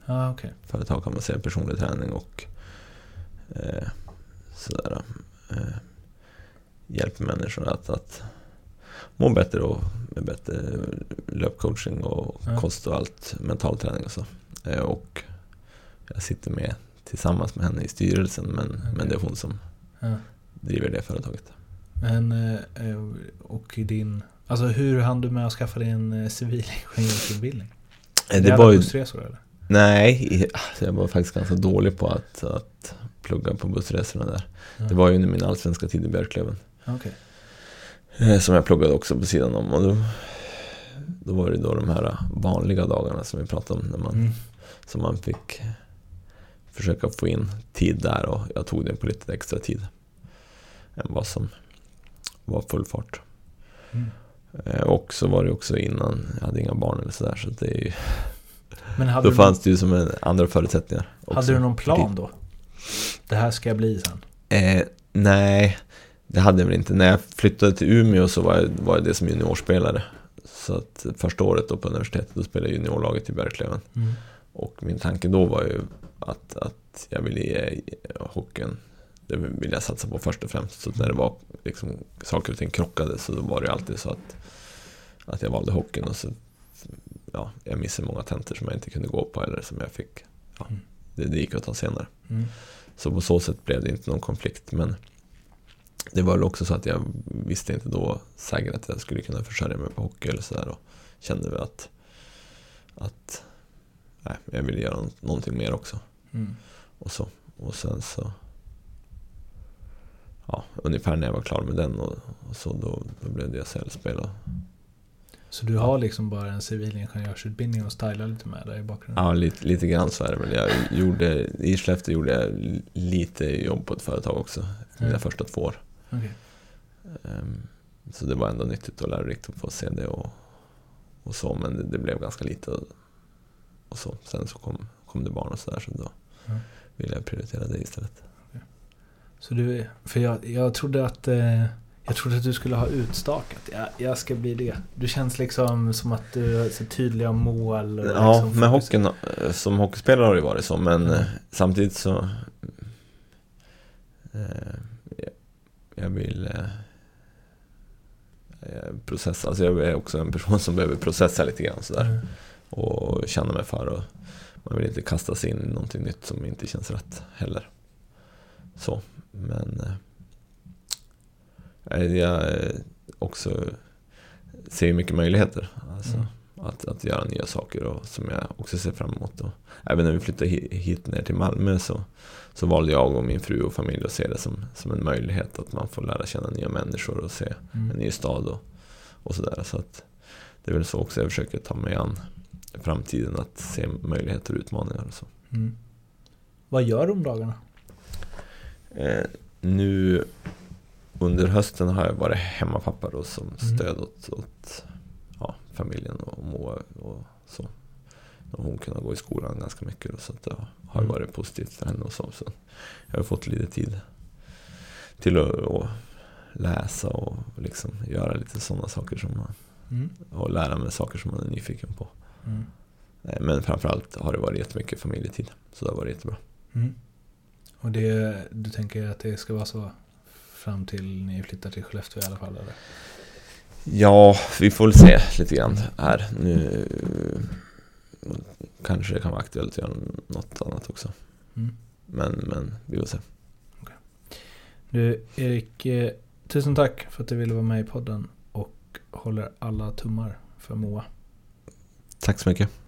Ah, okay. företag kan man säga, personlig träning och eh, sådär. Eh, hjälper människor att, att må bättre och med bättre löpcoaching och ja. kost och allt, mental träning och så. Eh, och jag sitter med tillsammans med henne i styrelsen, men, okay. men det är hon som ja. driver det företaget. Men eh, och i din, alltså hur hann du med att skaffa dig en civilingenjörsutbildning? Det, det var ju bussresor eller? Nej, jag var faktiskt ganska dålig på att, att plugga på bussresorna där. Ja. Det var ju under min allsvenska tid i Björklöven. Okay. Som jag pluggade också på sidan om. Och då, då var det då de här vanliga dagarna som vi pratade om. När man, mm. som man fick försöka få in tid där. Och jag tog det på lite extra tid än vad som var full fart. Mm. Och så var det också innan jag hade inga barn eller sådär. Så det är ju... Men hade då fanns någon... det ju som en andra förutsättningar också. Hade du någon plan då? Det här ska jag bli sen. Eh, nej, det hade jag väl inte. När jag flyttade till Umeå så var jag, var jag det som juniorspelare. Så att första året då på universitetet då spelade jag juniorlaget i Björklöven. Mm. Och min tanke då var ju att, att jag ville ge hockeyn, det ville jag satsa på först och främst. Så när det var liksom saker och ting krockade så då var det alltid så att, att jag valde hockeyn och så ja, jag missade många tentor som jag inte kunde gå på eller som jag fick, ja, mm. det, det gick att ta senare. Mm. Så på så sätt blev det inte någon konflikt, men det var väl också så att jag visste inte då säkert att jag skulle kunna försörja mig på hockey eller sådär och kände väl att, att nej, jag ville göra någonting mer också. Mm. Och så, och sen så ja, ungefär när jag var klar med den och, och så då, då blev det S L-spel och så du har liksom bara en civilingenjörsutbildning och stylar lite med där i bakgrunden? Ja, lite, lite grann så är det väl. Jag gjorde, i Skellefteå gjorde jag lite jobb på ett företag också. Mina mm. första två år. Okay. Um, så det var ändå nyttigt och lärorikt att få se det och, och så. Men det, det blev ganska lite och, och så. Sen så kom, kom det barn och sådär så då mm. ville jag prioritera det istället. Okay. Så du, för jag, jag trodde att... Eh, Jag trodde att du skulle ha utstakat. Jag, jag ska bli det. Du känns liksom som att du har så tydliga mål. Och ja, liksom med hockeyn, som hockeyspelare har det varit så. Men mm. samtidigt så... Eh, jag vill... Eh, processa. Alltså jag är också en person som behöver processa lite grann sådär. Mm. Och känna mig för. Och man vill inte kasta sig in i någonting nytt som inte känns rätt heller. Så, men... Eh, jag också ser mycket möjligheter alltså, mm. att, att göra nya saker och som jag också ser fram emot. Och även när vi flyttade hit ner till Malmö så, så valde jag och min fru och familj att se det som, som en möjlighet att man får lära känna nya människor och se mm. en ny stad och, och sådär. Så att det är väl så också jag försöker ta mig an framtiden, att se möjligheter och utmaningar och så. Mm. Vad gör du om dagarna? Eh, nu under hösten har jag varit hemmapappa då, som stöd åt, åt ja, familjen och Moa och så. Och hon kunde gå i skolan ganska mycket då, så att det har mm. varit positivt för henne och så. Så jag har fått lite tid till att, att läsa och liksom göra lite sådana saker som man mm. och lära mig saker som man är nyfiken på. Mm. Men framförallt har det varit jättemycket familjetid, så det har varit jättebra. Mm. Och det, du tänker att det ska vara så fram till ni flyttar till Skellefteå i alla fall, eller? Ja, vi får väl se lite grann här. Nu kanske det kan vara aktuellt att göra något annat också. Mm. Men, men vi får se. Okay. Du, Erik, tusen tack för att du ville vara med i podden och håller alla tummar för Moa. Tack så mycket.